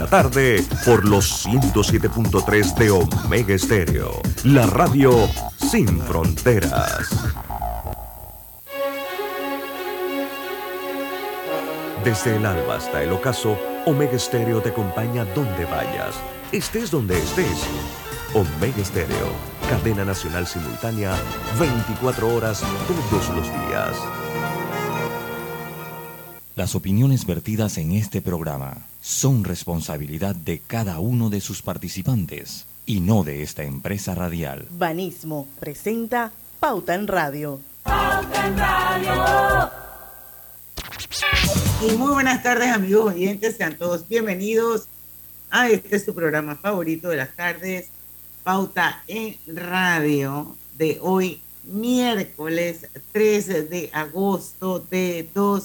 Tarde por los 107.3 de Omega Estéreo, la radio sin fronteras. Desde el alba hasta el ocaso, Omega Estéreo te acompaña donde vayas, estés donde estés. Omega Estéreo, cadena nacional simultánea, 24 horas todos los días. Las opiniones vertidas en este programa son responsabilidad de cada uno de sus participantes y no de esta empresa radial. Banismo presenta Pauta en Radio. Pauta en Radio. Y muy buenas tardes, amigos oyentes, sean todos bienvenidos a su programa favorito de las tardes, Pauta en Radio, de hoy, miércoles 13 de agosto de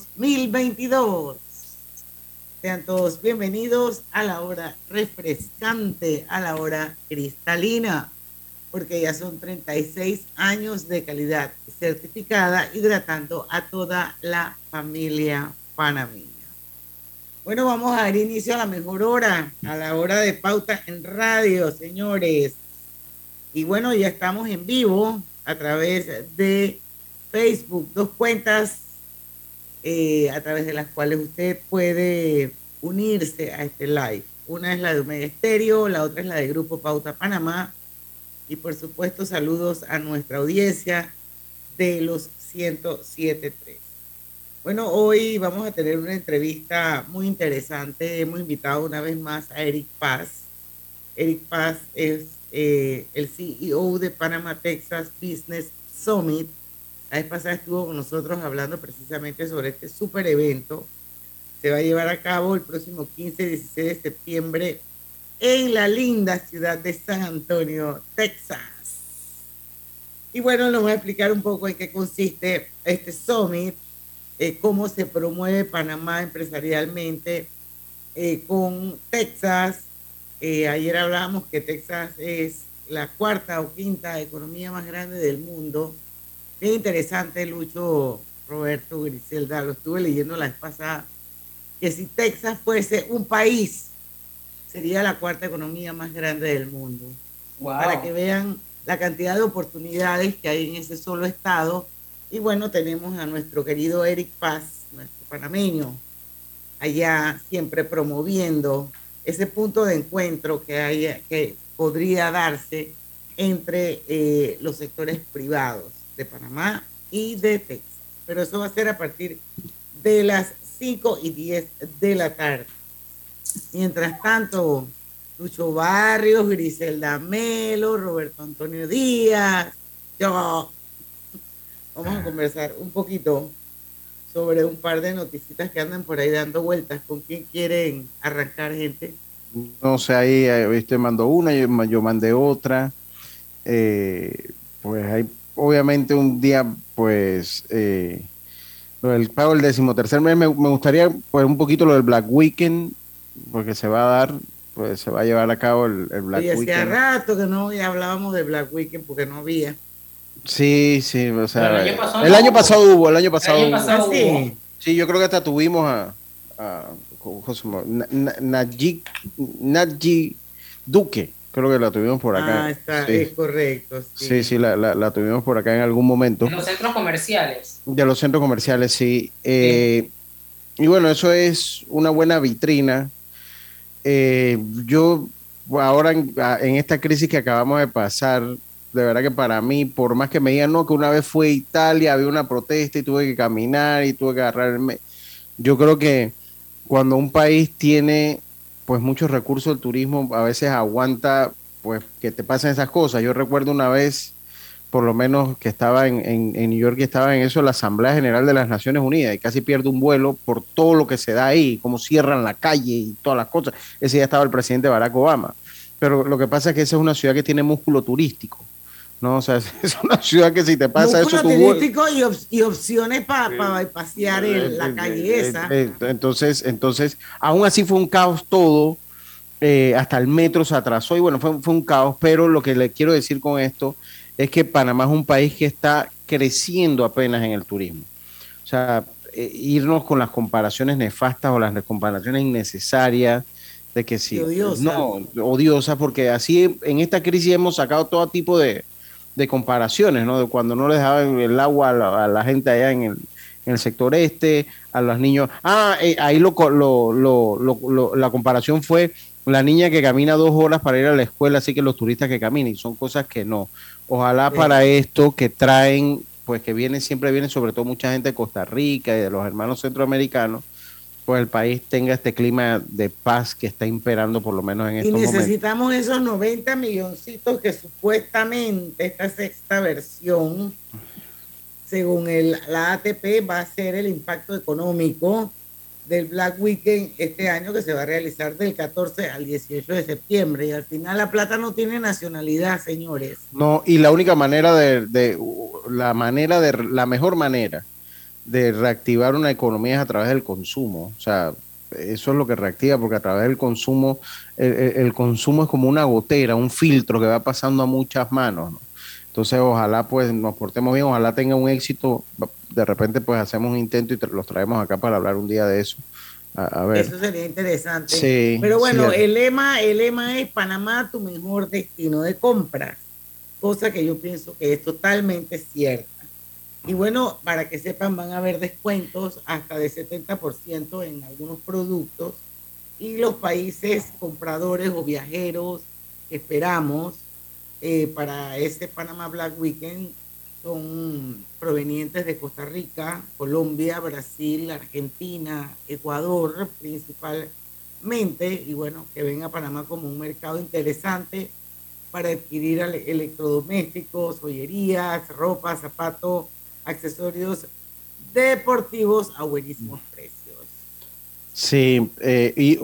2022. Sean todos bienvenidos a la hora refrescante, a la hora cristalina, porque ya son 36 años de calidad certificada, hidratando a toda la familia panameña. Bueno, vamos a dar inicio a la mejor hora, a la hora de Pauta en Radio, señores. Y bueno, ya estamos en vivo a través de Facebook, 2 cuentas a través de las cuales usted puede unirse a este live. Una es la de Omega Estéreo, la otra es la de Grupo Pauta Panamá. Y por supuesto, saludos a nuestra audiencia de los 107.3. Bueno, hoy vamos a tener una entrevista muy interesante. Hemos invitado una vez más a Eric Paz. Eric Paz es el CEO de Panama Texas Business Summit. La vez pasada estuvo con nosotros hablando precisamente sobre este super evento. Se va a llevar a cabo el próximo 15 y 16 de septiembre en la linda ciudad de San Antonio, Texas. Y bueno, nos va a explicar un poco en qué consiste este summit, cómo se promueve Panamá empresarialmente con Texas. Ayer hablábamos que Texas es la 4ª o 5ª economía más grande del mundo. Bien interesante, Lucho, Roberto, Griselda, lo estuve leyendo la vez pasada, que si Texas fuese un país, sería la 4ª economía más grande del mundo. Wow. Para que vean la cantidad de oportunidades que hay en ese solo estado. Y bueno, tenemos a nuestro querido Eric Paz, nuestro panameño, allá siempre promoviendo ese punto de encuentro que podría darse entre los sectores privados de Panamá y de Texas. Pero eso va a ser a partir de las 5:10 de la tarde. Mientras tanto, Lucho Barrios, Griselda Melo, Roberto Antonio Díaz, yo vamos a conversar un poquito sobre un par de noticitas que andan por ahí dando vueltas. ¿Con quién quieren arrancar, gente? No sé, ahí usted mandó una, yo mandé otra. Pues hay obviamente un día, pues, lo del pago del 13º mes, me gustaría pues un poquito lo del Black Weekend, porque se va a dar, pues se va a llevar a cabo el Black Weekend. Hacía rato que no hablábamos de Black Weekend porque no había. Sí, o sea, el año pasado hubo. Sí, yo creo que hasta tuvimos a Nayib Duque, creo que la tuvimos por acá. Sí. Es correcto. Sí, la tuvimos por acá en algún momento. De los centros comerciales. De los centros comerciales, sí. Y bueno, eso es una buena vitrina. Yo ahora en esta crisis que acabamos de pasar, de verdad que para mí, por más que me digan, no, que una vez fue a Italia, había una protesta y tuve que caminar y tuve que agarrarme. Yo creo que cuando un país tiene pues muchos recursos del turismo, a veces aguanta pues que te pasen esas cosas. Yo recuerdo una vez, por lo menos que estaba en New York y estaba en eso, la Asamblea General de las Naciones Unidas, y casi pierdo un vuelo por todo lo que se da ahí, cómo cierran la calle y todas las cosas. Ese día estaba el presidente Barack Obama. Pero lo que pasa es que esa es una ciudad que tiene músculo turístico, ¿no? O sea, es una ciudad que si te pasa músculo eso... Músculo turístico y opciones para pasear en la calle esa. Entonces, aún así fue un caos todo, hasta el metro se atrasó y bueno, fue un caos, pero lo que le quiero decir con esto es que Panamá es un país que está creciendo apenas en el turismo. O sea, irnos con las comparaciones nefastas o las comparaciones innecesarias de que sí, odiosa. no, odiosa, porque así en esta crisis hemos sacado todo tipo de comparaciones, ¿no? De cuando no les daban el agua a la gente allá en el sector este, a los niños. Ahí la comparación fue la niña que camina 2 horas para ir a la escuela, así que los turistas que caminen, y son cosas que no. Ojalá para esto que traen, pues que vienen, siempre vienen sobre todo mucha gente de Costa Rica y de los hermanos centroamericanos, pues el país tenga este clima de paz que está imperando por lo menos en estos momentos. Y necesitamos esos 90 milloncitos que supuestamente esta sexta versión, según la ATP, va a ser el impacto económico del Black Weekend este año, que se va a realizar del 14 al 18 de septiembre. Y al final la plata no tiene nacionalidad, señores. No, y la única manera la mejor manera de reactivar una economía es a través del consumo. O sea, eso es lo que reactiva, porque a través del consumo, el consumo es como una gotera, un filtro que va pasando a muchas manos, ¿no? Entonces, ojalá pues nos portemos bien, ojalá tenga un éxito. De repente pues hacemos un intento y los traemos acá para hablar un día de eso. A ver. Eso sería interesante. Sí, pero bueno, sí. el lema es Panamá, tu mejor destino de compras, cosa que yo pienso que es totalmente cierta. Y bueno, para que sepan, van a haber descuentos hasta de 70% en algunos productos, y los países compradores o viajeros que esperamos para este Panama Black Weekend son provenientes de Costa Rica, Colombia, Brasil, Argentina, Ecuador principalmente, y bueno, que ven a Panamá como un mercado interesante para adquirir electrodomésticos, joyerías, ropa, zapatos, accesorios deportivos a buenísimos precios. Sí, y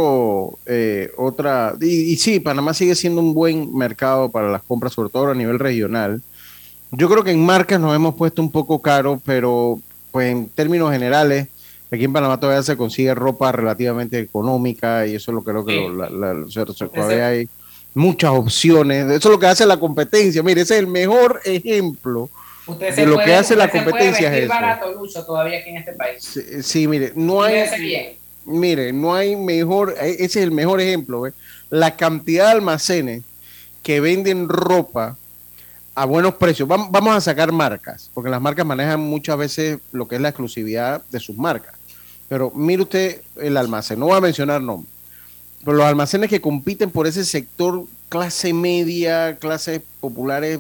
sí, Panamá sigue siendo un buen mercado para las compras, sobre todo a nivel regional. Yo creo que en marcas nos hemos puesto un poco caro, pero pues en términos generales, aquí en Panamá todavía se consigue ropa relativamente económica, y eso es lo que creo que todavía hay muchas opciones. Eso es lo que hace la competencia. Mire, ese es el mejor ejemplo de lo que hace la competencia. Es barato, Lucho, todavía aquí en este país. Sí, mire, no hay mejor, ese es el mejor ejemplo, ¿ve? La cantidad de almacenes que venden ropa a buenos precios. Vamos a sacar marcas, porque las marcas manejan muchas veces lo que es la exclusividad de sus marcas. Pero mire usted el almacén, no voy a mencionar nombres, pero los almacenes que compiten por ese sector clase media, clases populares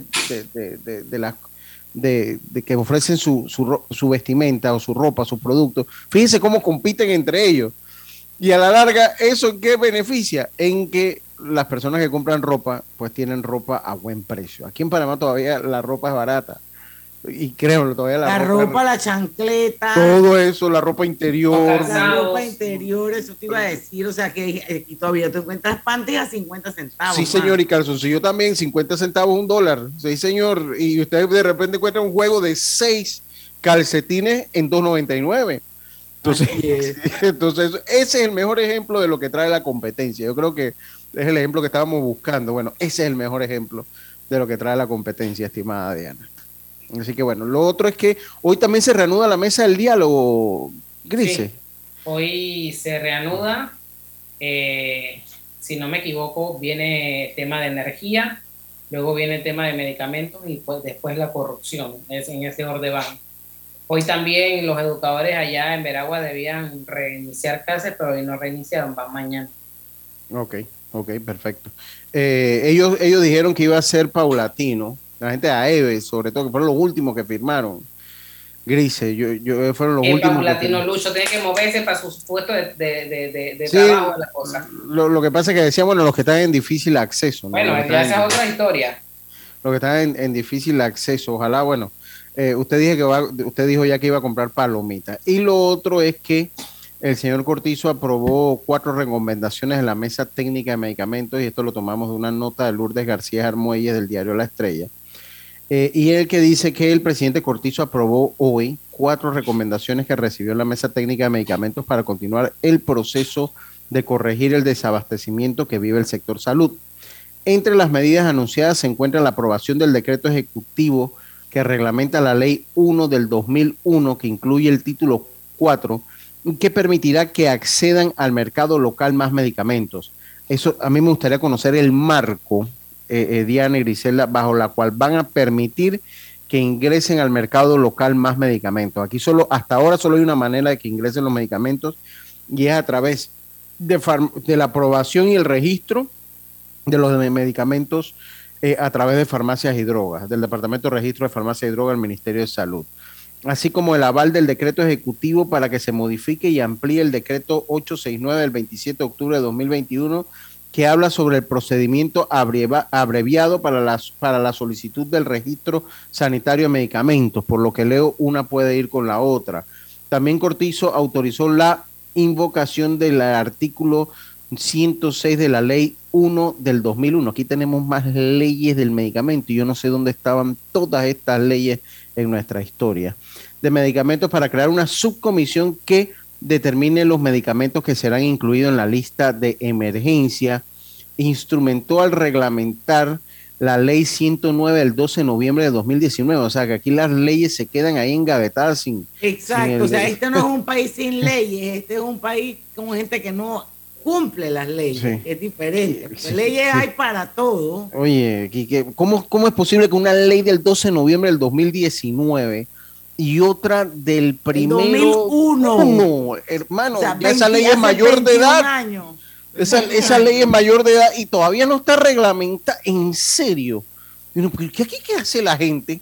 de que ofrecen su vestimenta o su ropa, sus productos. Fíjense cómo compiten entre ellos. Y a la larga, ¿eso en qué beneficia? En que las personas que compran ropa, pues tienen ropa a buen precio. Aquí en Panamá todavía la ropa es barata. Y créanlo, todavía la ropa, la chancleta, todo eso, la ropa interior. La ropa interior, eso te iba a decir. O sea, que aquí todavía te encuentras panties a 50 centavos. Sí, señor, y calzoncillo también, 50 centavos, $1. Sí, señor. Y usted de repente encuentra un juego de 6 calcetines en $2.99. Entonces, ese es el mejor ejemplo de lo que trae la competencia. Yo creo que es el ejemplo que estábamos buscando. Bueno, ese es el mejor ejemplo de lo que trae la competencia, estimada Diana. Así que bueno, lo otro es que hoy también se reanuda la mesa del diálogo, Grise. Sí, hoy se reanuda, si no me equivoco, viene tema de energía, luego viene el tema de medicamentos y pues después la corrupción, en ese orden van. Hoy también los educadores allá en Veragua debían reiniciar clases, pero hoy no reiniciaron, van mañana. Ok, perfecto. Ellos dijeron que iba a ser paulatino. La gente de AEVE, sobre todo, que fueron los últimos que firmaron. Grise, fueron los últimos. Paulatino, Lucho, tiene que moverse para sus puestos de trabajo de la cosa. Lo que pasa es que decían, bueno, los que están en difícil acceso, ¿no? Bueno, ya esa es otra historia. Los que están en difícil acceso, ojalá, bueno. Usted dijo ya que iba a comprar palomitas. Y lo otro es que el señor Cortizo aprobó 4 recomendaciones en la mesa técnica de medicamentos, y esto lo tomamos de una nota de Lourdes García Armuelles del diario La Estrella. Y el que dice que el presidente Cortizo aprobó hoy 4 recomendaciones que recibió en la mesa técnica de medicamentos para continuar el proceso de corregir el desabastecimiento que vive el sector salud. Entre las medidas anunciadas se encuentra la aprobación del decreto ejecutivo que reglamenta la Ley 1 del 2001, que incluye el título 4 que permitirá que accedan al mercado local más medicamentos. Eso, a mí me gustaría conocer el marco, Diana y Griselda, bajo la cual van a permitir que ingresen al mercado local más medicamentos. Aquí hasta ahora solo hay una manera de que ingresen los medicamentos y es a través de la aprobación y el registro de los medicamentos a través de farmacias y drogas, del Departamento de Registro de Farmacia y Drogas del Ministerio de Salud, así como el aval del decreto ejecutivo para que se modifique y amplíe el decreto 869 del 27 de octubre de 2021, que habla sobre el procedimiento abreviado para la solicitud del registro sanitario de medicamentos, por lo que leo, una puede ir con la otra. También Cortizo autorizó la invocación del artículo 106 de la ley 1 del 2001. Aquí tenemos más leyes del medicamento y yo no sé dónde estaban todas estas leyes en nuestra historia de medicamentos, para crear una subcomisión que determine los medicamentos que serán incluidos en la lista de emergencia. Instrumentó al reglamentar la ley 109 del 12 de noviembre de 2019, o sea que aquí las leyes se quedan ahí engavetadas sin... Exacto, o sea, este no es un país sin leyes, este es un país con gente que no cumple las leyes, sí. Es diferente, sí, leyes sí. Hay para todo. Oye, ¿cómo es posible que una ley del 12 de noviembre del 2019 y otra del primero... 2001. No, hermano, o sea, ya esa ley es mayor de edad. Esa ley es mayor de edad y todavía no está reglamentada. En serio. ¿Qué hace la gente?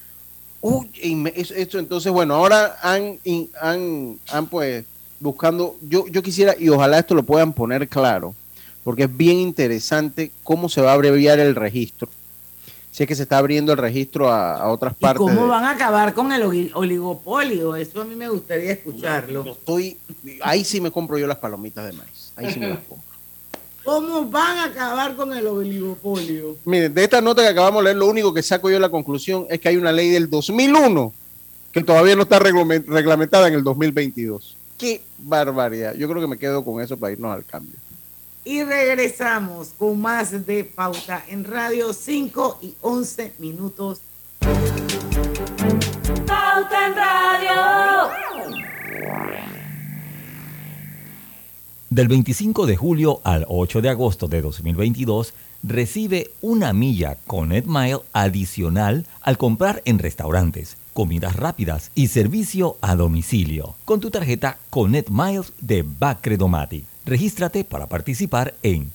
Eso, entonces, bueno, ahora han pues buscando, yo quisiera, y ojalá esto lo puedan poner claro, porque es bien interesante cómo se va a abreviar el registro. Si es que se está abriendo el registro a otras partes. ¿Y cómo van a acabar con el oligopolio? Eso a mí me gustaría escucharlo. Ahí sí me compro yo las palomitas de maíz. Ahí sí me las compro. ¿Cómo van a acabar con el oligopolio? Miren, de esta nota que acabamos de leer, lo único que saco yo la conclusión es que hay una ley del 2001 que todavía no está reglamentada en el 2022. ¡Qué barbaridad! Yo creo que me quedo con eso para irnos al cambio. Y regresamos con más de Pauta en Radio, 5:11. Pauta en Radio. Del 25 de julio al 8 de agosto de 2022, recibe una milla Connect Mile adicional al comprar en restaurantes, comidas rápidas y servicio a domicilio con tu tarjeta Connect Miles de Bacredomatic. Regístrate para participar en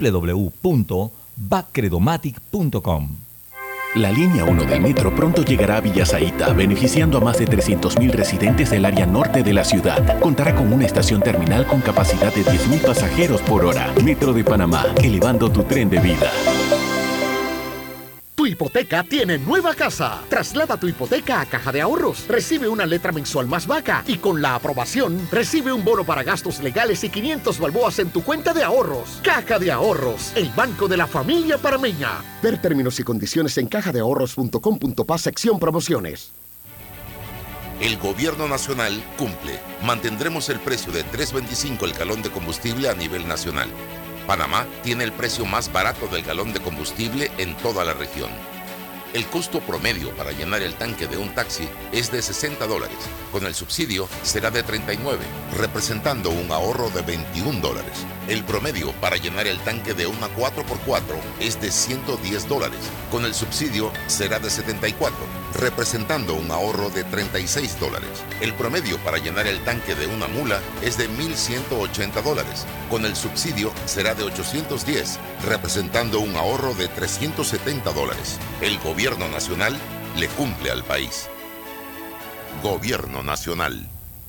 www.bacredomatic.com. La línea 1 del metro pronto llegará a Villa Zaita, beneficiando a más de 300,000 residentes del área norte de la ciudad. Contará con una estación terminal con capacidad de 10,000 pasajeros por hora. Metro de Panamá, elevando tu tren de vida. Tu hipoteca tiene nueva casa. Traslada tu hipoteca a Caja de Ahorros. Recibe una letra mensual más vaca y con la aprobación recibe un bono para gastos legales y 500 balboas en tu cuenta de ahorros. Caja de Ahorros, el banco de la familia panameña. Ver términos y condiciones en cajadeahorros.com.pa sección promociones. El Gobierno Nacional cumple. Mantendremos el precio de $3.25 el galón de combustible a nivel nacional. Panamá tiene el precio más barato del galón de combustible en toda la región. El costo promedio para llenar el tanque de un taxi es de $60. Con el subsidio será de $39, representando un ahorro de $21. El promedio para llenar el tanque de una 4x4 es de $110. Con el subsidio será de $74, representando un ahorro de $36. El promedio para llenar el tanque de una mula es de $1,180. Con el subsidio será de $810, representando un ahorro de $370. El Gobierno Nacional le cumple al país. Gobierno Nacional.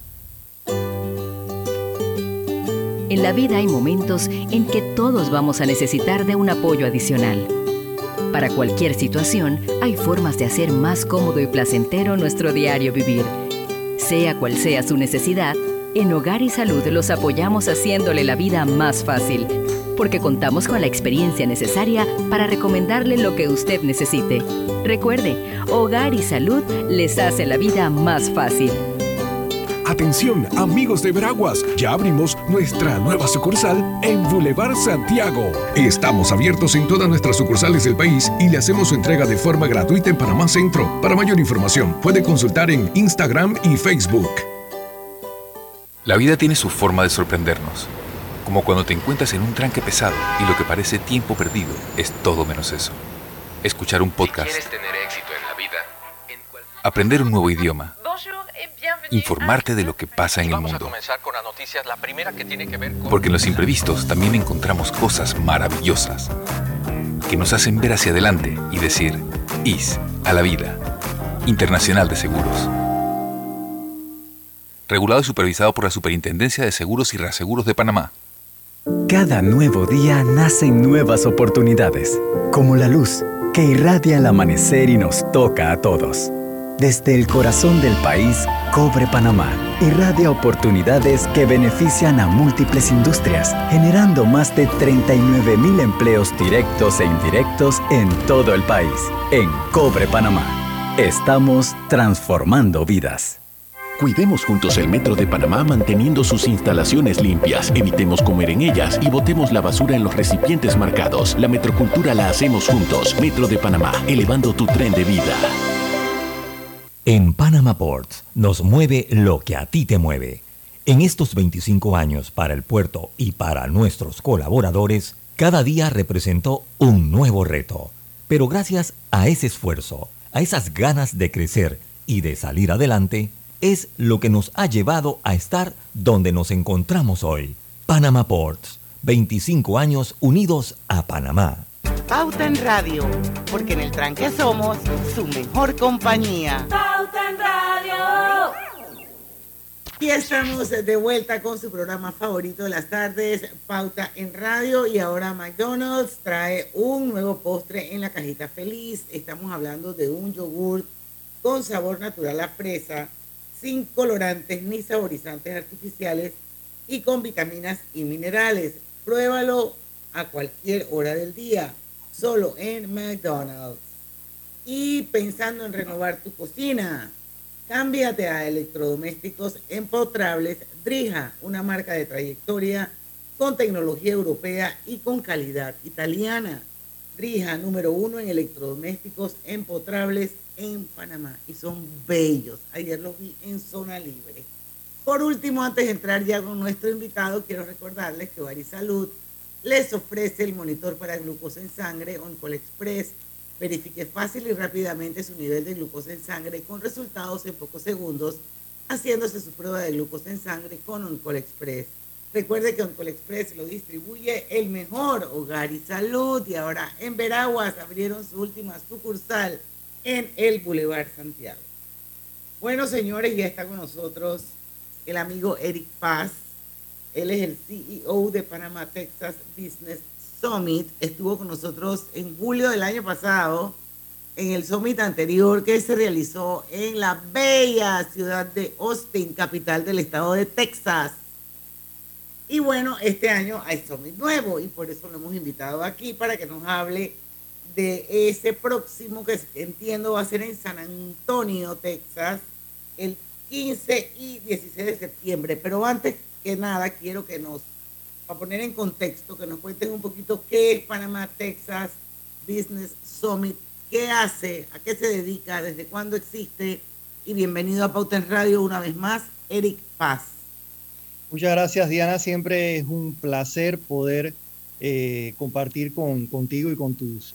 En la vida hay momentos en que todos vamos a necesitar de un apoyo adicional. Para cualquier situación, hay formas de hacer más cómodo y placentero nuestro diario vivir. Sea cual sea su necesidad, en Hogar y Salud los apoyamos haciéndole la vida más fácil, porque contamos con la experiencia necesaria para recomendarle lo que usted necesite. Recuerde, Hogar y Salud les hace la vida más fácil. Atención, amigos de Veraguas, ya abrimos nuestra nueva sucursal en Boulevard Santiago. Estamos abiertos en todas nuestras sucursales del país y le hacemos su entrega de forma gratuita en Panamá Centro. Para mayor información, puede consultar en Instagram y Facebook. La vida tiene su forma de sorprendernos, como cuando te encuentras en un tranque pesado y lo que parece tiempo perdido es todo menos eso. Escuchar un podcast, Si quieres tener éxito en la vida, aprender un nuevo idioma, informarte de lo que pasa en el vamos a mundo. comenzar con las noticias, la primera que tiene que ver con... Porque en los imprevistos también encontramos cosas maravillosas que nos hacen ver hacia adelante y decir IS a la vida. Internacional de Seguros. Regulado y supervisado por la Superintendencia de Seguros y Reaseguros de Panamá. Cada nuevo día nacen nuevas oportunidades, como la luz que irradia el amanecer y nos toca a todos. Desde el corazón del país, Cobre Panamá irradia oportunidades que benefician a múltiples industrias, generando más de 39,000 empleos directos e indirectos en todo el país. En Cobre Panamá, estamos transformando vidas. Cuidemos juntos el Metro de Panamá manteniendo sus instalaciones limpias, evitemos comer en ellas y botemos la basura en los recipientes marcados. La metrocultura la hacemos juntos. Metro de Panamá, elevando tu tren de vida. En Panama Ports nos mueve lo que a ti te mueve. En estos 25 años para el puerto y para nuestros colaboradores, cada día representó un nuevo reto. Pero gracias a ese esfuerzo, a esas ganas de crecer y de salir adelante, es lo que nos ha llevado a estar donde nos encontramos hoy. Panama Ports, 25 años unidos a Panamá. Pauta en Radio, porque en el tranque somos su mejor compañía. Pauta en Radio. Y estamos de vuelta con su programa favorito de las tardes, Pauta en Radio. Y ahora McDonald's trae un nuevo postre en la cajita feliz. Estamos hablando de un yogur con sabor natural a fresa, sin colorantes ni saborizantes artificiales y con vitaminas y minerales. Pruébalo a cualquier hora del día, solo en McDonald's. Y pensando en renovar tu cocina, cámbiate a electrodomésticos empotrables Drija, una marca de trayectoria con tecnología europea y con calidad italiana. Drija, número 1 en electrodomésticos empotrables en Panamá, y son bellos. Ayer los vi en Zona Libre. Por último, antes de entrar ya con nuestro invitado, quiero recordarles que Barisalud les ofrece el monitor para glucosa en sangre OnCall Express. Verifique fácil y rápidamente su nivel de glucosa en sangre con resultados en pocos segundos, haciéndose su prueba de glucosa en sangre con OnCall Express. Recuerde que OnCall Express lo distribuye el mejor Hogar y Salud, y ahora en Veraguas abrieron su última sucursal en el Boulevard Santiago. Bueno, señores, ya está con nosotros el amigo Eric Paz. Él es el CEO de Panama Texas Business Summit. Estuvo con nosotros en julio del año pasado, en el summit anterior que se realizó en la bella ciudad de Austin, capital del estado de Texas. Y bueno, este año hay summit nuevo y por eso lo hemos invitado aquí para que nos hable de ese próximo, que entiendo va a ser en San Antonio, Texas, el 15 y 16 de septiembre. Pero antes que nada, quiero que para poner en contexto, que nos cuentes un poquito qué es Panama Texas Business Summit, qué hace, a qué se dedica, desde cuándo existe. Y bienvenido a Pauta en Radio una vez más, Eric Paz. Muchas gracias, Diana. Siempre es un placer poder compartir contigo y con tus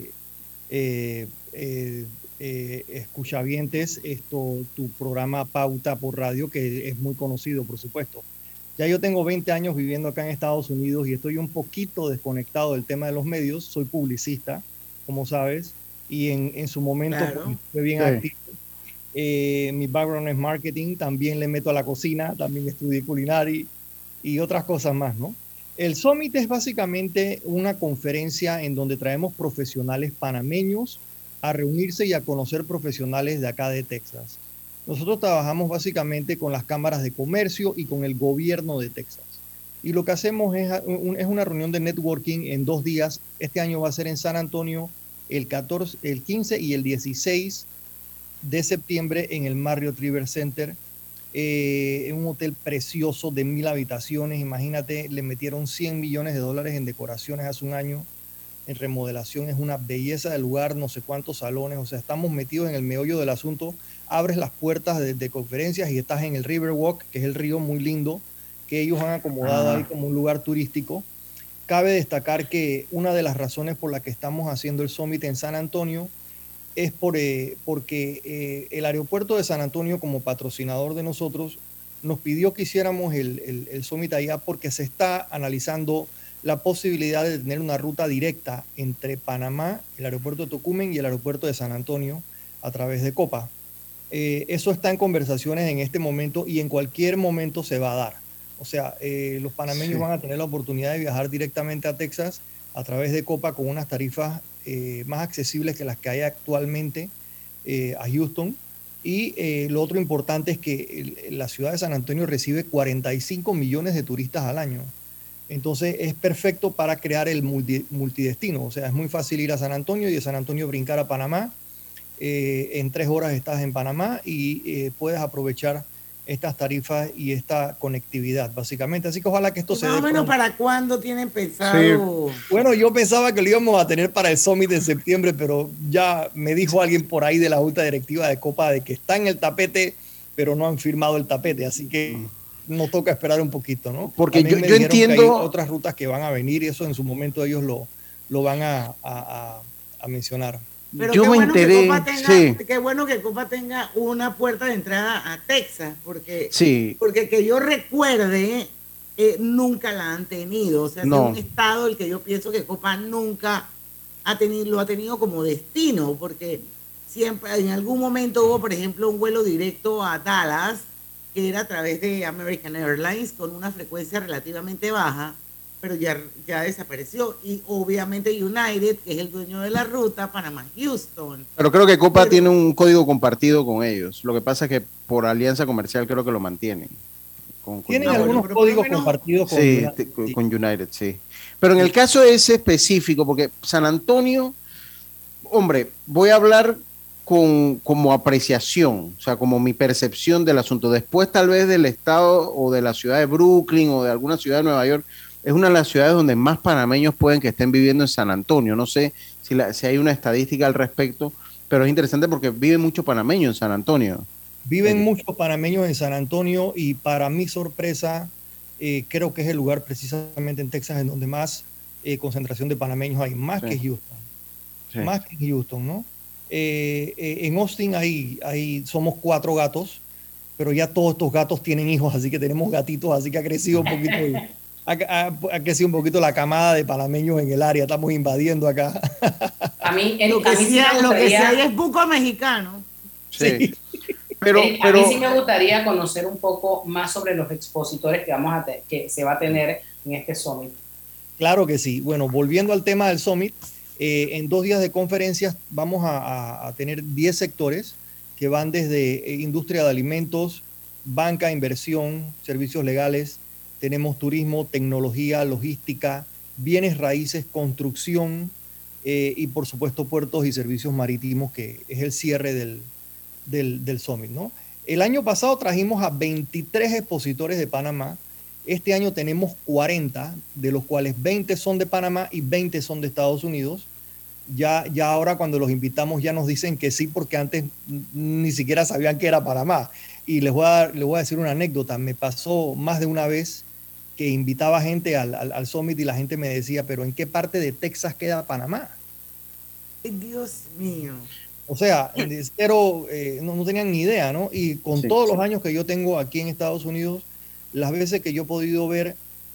escuchavientes tu programa Pauta por Radio, que es muy conocido, por supuesto. Ya yo tengo 20 años viviendo acá en Estados Unidos y estoy un poquito desconectado del tema de los medios. Soy publicista, como sabes, y en su momento claro, fue bien activo. Mi background es marketing, también le meto a la cocina, también estudié culinaria y otras cosas más, ¿no? El Summit es básicamente una conferencia en donde traemos profesionales panameños a reunirse y a conocer profesionales de acá de Texas. Nosotros trabajamos básicamente con las cámaras de comercio y con el gobierno de Texas. Y lo que hacemos es una reunión de networking en 2 días. Este año va a ser en San Antonio el 15 y el 16 de septiembre en el Marriott River Center. En un hotel precioso de 1,000 habitaciones. Imagínate, le metieron $100 millones en decoraciones hace un año. en remodelación, es una belleza del lugar, no sé cuántos salones, o sea, estamos metidos en el meollo del asunto. Abres las puertas de conferencias y estás en el Riverwalk, que es el río muy lindo, que ellos han acomodado ahí como un lugar turístico. Cabe destacar que una de las razones por las que estamos haciendo el Summit en San Antonio es porque el aeropuerto de San Antonio, como patrocinador de nosotros, nos pidió que hiciéramos el Summit allá porque se está analizando la posibilidad de tener una ruta directa entre Panamá, el aeropuerto de Tocumen y el aeropuerto de San Antonio a través de Copa. Eso está en conversaciones en este momento y en cualquier momento se va a dar. O sea, los panameños van a tener la oportunidad de viajar directamente a Texas a través de Copa con unas tarifas más accesibles que las que hay actualmente a Houston. Y lo otro importante es que la ciudad de San Antonio recibe 45 millones de turistas al año. Entonces es perfecto para crear el multidestino. O sea, es muy fácil ir a San Antonio y de San Antonio brincar a Panamá. En 3 horas estás en Panamá y puedes aprovechar estas tarifas y esta conectividad, básicamente. Así que ojalá que esto se dé. Más o menos, ¿para cuándo tienen pensado? Sí. Bueno, yo pensaba que lo íbamos a tener para el Summit de septiembre, pero ya me dijo alguien por ahí de la Junta Directiva de Copa de que está en el tapete, pero no han firmado el tapete, así que nos toca esperar un poquito, ¿no? Porque yo entiendo que hay otras rutas que van a venir y eso en su momento ellos lo van a mencionar. Pero yo qué me bueno enteré, qué bueno que Copa tenga una puerta de entrada a Texas, porque que yo recuerde, nunca la han tenido. O sea, es un estado el que yo pienso que Copa nunca lo ha tenido como destino, porque siempre, en algún momento hubo, por ejemplo, un vuelo directo a Dallas, que era a través de American Airlines, con una frecuencia relativamente baja, pero ya desapareció. Y obviamente United, que es el dueño de la ruta, Panamá-Houston. Pero creo que Copa tiene un código compartido con ellos. Lo que pasa es que por alianza comercial creo que lo mantienen. Tienen algunos códigos compartidos con United. Con United, sí. Pero en el caso ese específico, porque San Antonio, hombre, voy a hablar como apreciación, o sea, como mi percepción del asunto. Después tal vez del estado o de la ciudad de Brooklyn o de alguna ciudad de Nueva York, es una de las ciudades donde más panameños pueden que estén viviendo en San Antonio. No sé si hay una estadística al respecto, pero es interesante porque viven muchos panameños en San Antonio. Viven muchos panameños en San Antonio y para mi sorpresa, creo que es el lugar precisamente en Texas en donde más concentración de panameños hay, más que Houston. Sí. Más que Houston, ¿no? En Austin somos 4 gatos, pero ya todos estos gatos tienen hijos, así que tenemos gatitos, así que ha crecido un poquito. Ha crecido un poquito la camada de panameños en el área, estamos invadiendo acá. A mí, lo que sí hay es buco mexicano. Sí. Pero a mí sí me gustaría conocer un poco más sobre los expositores que se va a tener en este Summit. Claro que sí. Bueno, volviendo al tema del Summit, en 2 días de conferencias vamos a tener 10 sectores que van desde industria de alimentos, banca, inversión, servicios legales, tenemos turismo, tecnología, logística, bienes raíces, construcción y por supuesto puertos y servicios marítimos, que es el cierre del Summit, ¿no? El año pasado trajimos a 23 expositores de Panamá. Este año tenemos 40, de los cuales 20 son de Panamá y 20 son de Estados Unidos. Ya ahora cuando los invitamos ya nos dicen que sí, porque antes ni siquiera sabían que era Panamá. Y les voy a decir una anécdota. Me pasó más de una vez que invitaba gente al Summit y la gente me decía, pero ¿en qué parte de Texas queda Panamá? Dios mío. O sea, no tenían ni idea, ¿no? Y con todos los años que yo tengo aquí en Estados Unidos, las veces que yo he podido ver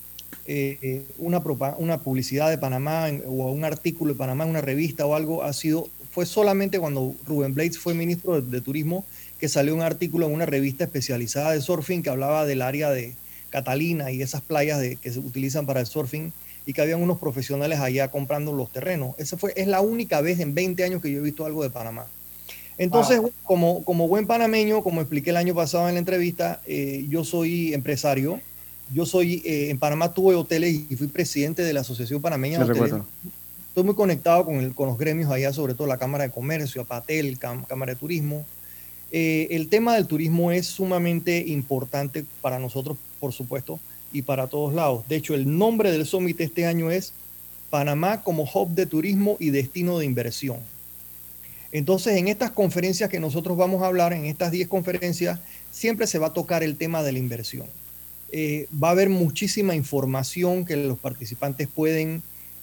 una publicidad de Panamá o un artículo de Panamá en una revista o algo, fue solamente cuando Rubén Blades fue ministro de Turismo, que salió un artículo en una revista especializada de surfing que hablaba del área de Catalina y esas playas que se utilizan para el surfing, y que habían unos profesionales allá comprando los terrenos. Es la única vez en 20 años que yo he visto algo de Panamá. Entonces, como buen panameño, como expliqué el año pasado en la entrevista, yo soy empresario. En Panamá tuve hoteles y fui presidente de la Asociación Panameña de Hoteles. Estoy muy conectado con los gremios allá, sobre todo la Cámara de Comercio, APATEL, Cámara de Turismo. El tema del turismo es sumamente importante para nosotros, por supuesto, y para todos lados. De hecho, el nombre del Summit este año es Panamá como hub de turismo y destino de inversión. Entonces, en estas conferencias que nosotros vamos a hablar, en estas 10 conferencias, siempre se va a tocar el tema de la inversión. Va a haber muchísima información que los participantes pueden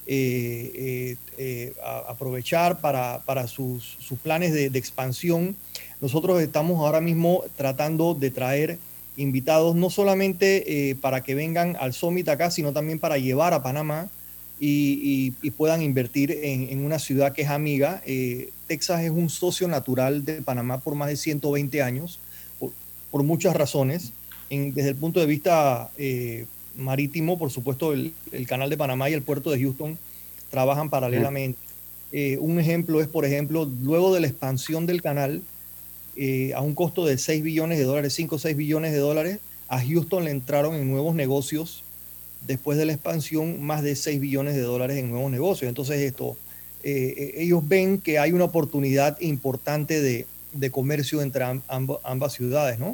aprovechar para sus planes de expansión. Nosotros estamos ahora mismo tratando de traer invitados no solamente para que vengan al Summit acá, sino también para llevar a Panamá y puedan invertir en una ciudad que es amiga. Texas es un socio natural de Panamá por más de 120 años, por muchas razones. Desde el punto de vista marítimo, por supuesto, el canal de Panamá y el puerto de Houston trabajan paralelamente. Un ejemplo es, por ejemplo, luego de la expansión del canal, a un costo de $6 billones, 5 o 6 billones de dólares, a Houston le entraron en nuevos negocios, después de la expansión, más de $6 billones de dólares en nuevos negocios. Entonces ellos ven que hay una oportunidad importante de comercio entre ambas ciudades, ¿no?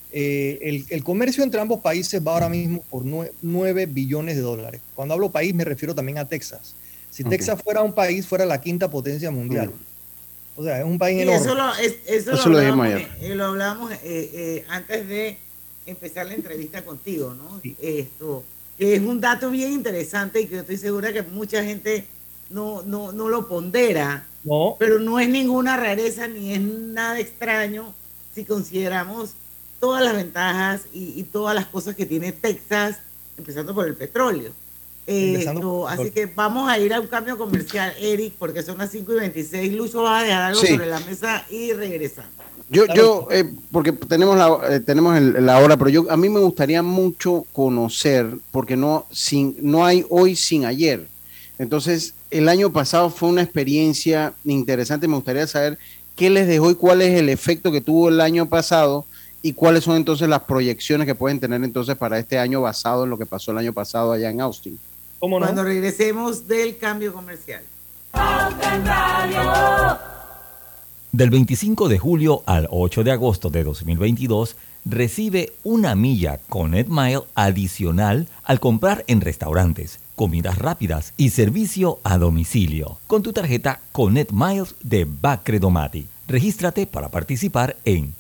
El comercio entre ambos países va ahora mismo por 9 billones de dólares. Cuando hablo país me refiero también a Texas. Si Texas fuera un país, fuera la 5ª potencia mundial. O sea, es un país enorme. Eso lo hablábamos antes de empezar la entrevista contigo, ¿no? Sí. Esto, que es un dato bien interesante y que yo estoy segura que mucha gente no lo pondera, pero no es ninguna rareza ni es nada extraño si consideramos todas las ventajas y todas las cosas que tiene Texas, empezando por el petróleo. Así que vamos a ir a un cambio comercial, Eric, porque son las 5:26. Lucho va a dejar algo sobre la mesa y regresamos. Porque tenemos la hora, pero a mí me gustaría mucho conocer, porque no hay hoy sin ayer. Entonces, el año pasado fue una experiencia interesante. Me gustaría saber qué les dejó y cuál es el efecto que tuvo el año pasado y cuáles son entonces las proyecciones que pueden tener entonces para este año basado en lo que pasó el año pasado allá en Austin. ¿Cómo no? Cuando regresemos del cambio comercial. Del 25 de julio al 8 de agosto de 2022, recibe una milla Connect Mile adicional al comprar en restaurantes, comidas rápidas y servicio a domicilio con tu tarjeta Connect Miles de Bacredomatic. Regístrate para participar en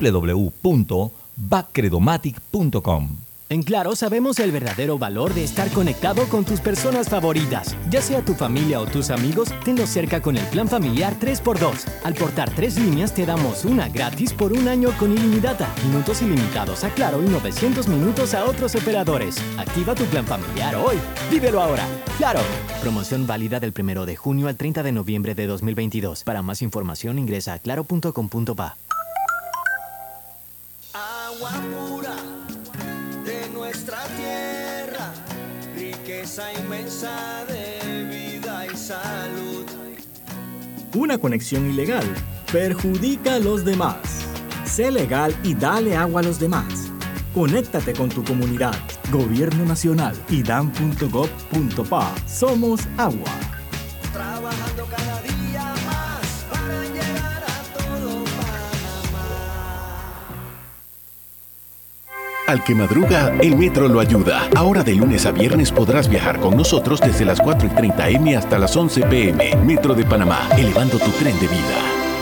www.bacredomatic.com. En Claro sabemos el verdadero valor de estar conectado con tus personas favoritas. Ya sea tu familia o tus amigos, tenlos cerca con el plan familiar 3x2. Al portar 3 líneas te damos una gratis por un año con ilimitada, minutos ilimitados a Claro y 900 minutos a otros operadores. Activa tu plan familiar hoy. Vívelo ahora. Claro. Promoción válida del 1 de junio al 30 de noviembre de 2022. Para más información ingresa a claro.com.pa. Agua pura de nuestra tierra, riqueza inmensa de vida y salud. Una conexión ilegal perjudica a los demás. Sé legal y dale agua a los demás. Conéctate con tu comunidad. Gobierno Nacional y dan.gov.pa. Somos agua. Trabajando cada día más para llegar a todo Panamá. Al que madruga, el metro lo ayuda. Ahora de lunes a viernes podrás viajar con nosotros desde las 4:30 am hasta las 11 p.m. Metro de Panamá, elevando tu tren de vida.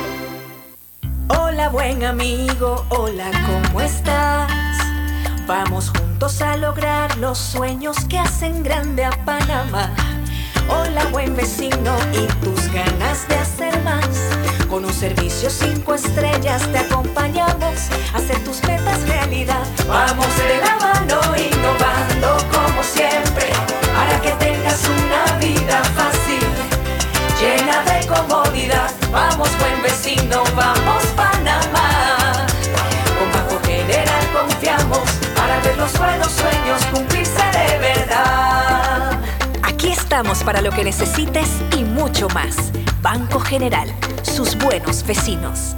Hola, buen amigo, hola, ¿cómo estás? Vamos juntos a lograr los sueños que hacen grande a Panamá. Hola, buen vecino, y tus ganas de hacer más. Con un servicio 5 estrellas te acompañamos a hacer tus metas realidad. Vamos de la mano innovando como siempre, para que tengas una vida fácil, llena de comodidad. Vamos, buen vecino, vamos Panamá. Con Banco General confiamos para ver los buenos sueños cumplirse de verdad. Aquí estamos para lo que necesites y mucho más. Banco General, sus buenos vecinos.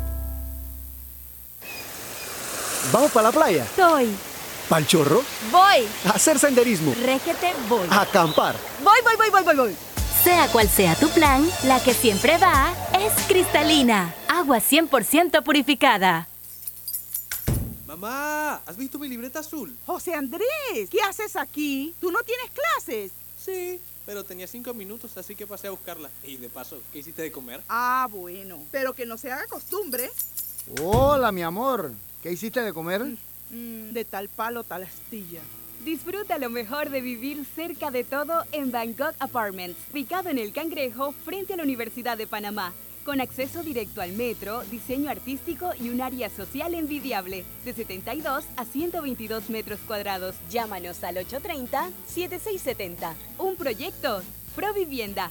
¿Vamos para la playa? Soy. ¿Pa'l chorro? Voy. A hacer senderismo. Régete, voy. A acampar. Voy. Sea cual sea tu plan, la que siempre va es cristalina. Agua 100% purificada. Mamá, ¿has visto mi libreta azul? José Andrés, ¿qué haces aquí? ¿Tú no tienes clases? Sí, pero tenía 5 minutos, así que pasé a buscarla. Y de paso, ¿qué hiciste de comer? Ah, bueno, pero que no se haga costumbre. Hola, mi amor. ¿Qué hiciste de comer? De tal palo, tal astilla. Disfruta lo mejor de vivir cerca de todo en Bangkok Apartments, ubicado en El Cangrejo, frente a la Universidad de Panamá, con acceso directo al metro, diseño artístico y un área social envidiable, de 72 a 122 metros cuadrados. Llámanos al 830-7670. Un proyecto Provivienda.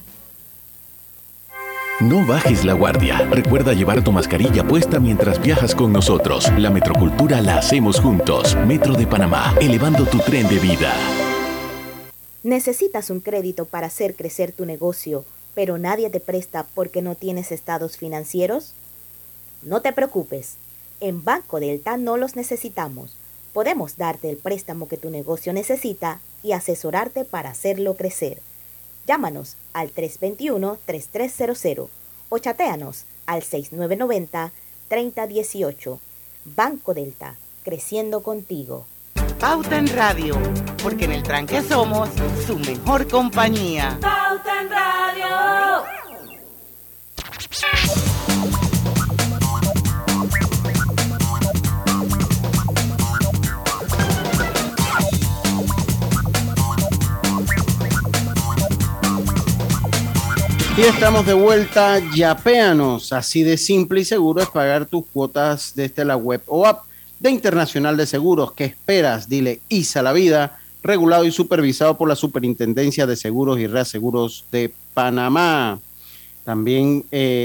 No bajes la guardia. Recuerda llevar tu mascarilla puesta mientras viajas con nosotros. La metrocultura la hacemos juntos. Metro de Panamá, elevando tu tren de vida. ¿Necesitas un crédito para hacer crecer tu negocio, pero nadie te presta porque no tienes estados financieros? No te preocupes. En Banco Delta no los necesitamos. Podemos darte el préstamo que tu negocio necesita y asesorarte para hacerlo crecer. Llámanos al 321-3300 o chatéanos al 6990-3018. Banco Delta, creciendo contigo. Pauta en Radio, porque en el tranque somos su mejor compañía. Pauta en Radio. Y estamos de vuelta. Yapéanos, así de simple y seguro es pagar tus cuotas desde la web o app de Internacional de Seguros. ¿Qué esperas? Dile ISA a la vida, regulado y supervisado por la Superintendencia de Seguros y Reaseguros de Panamá. También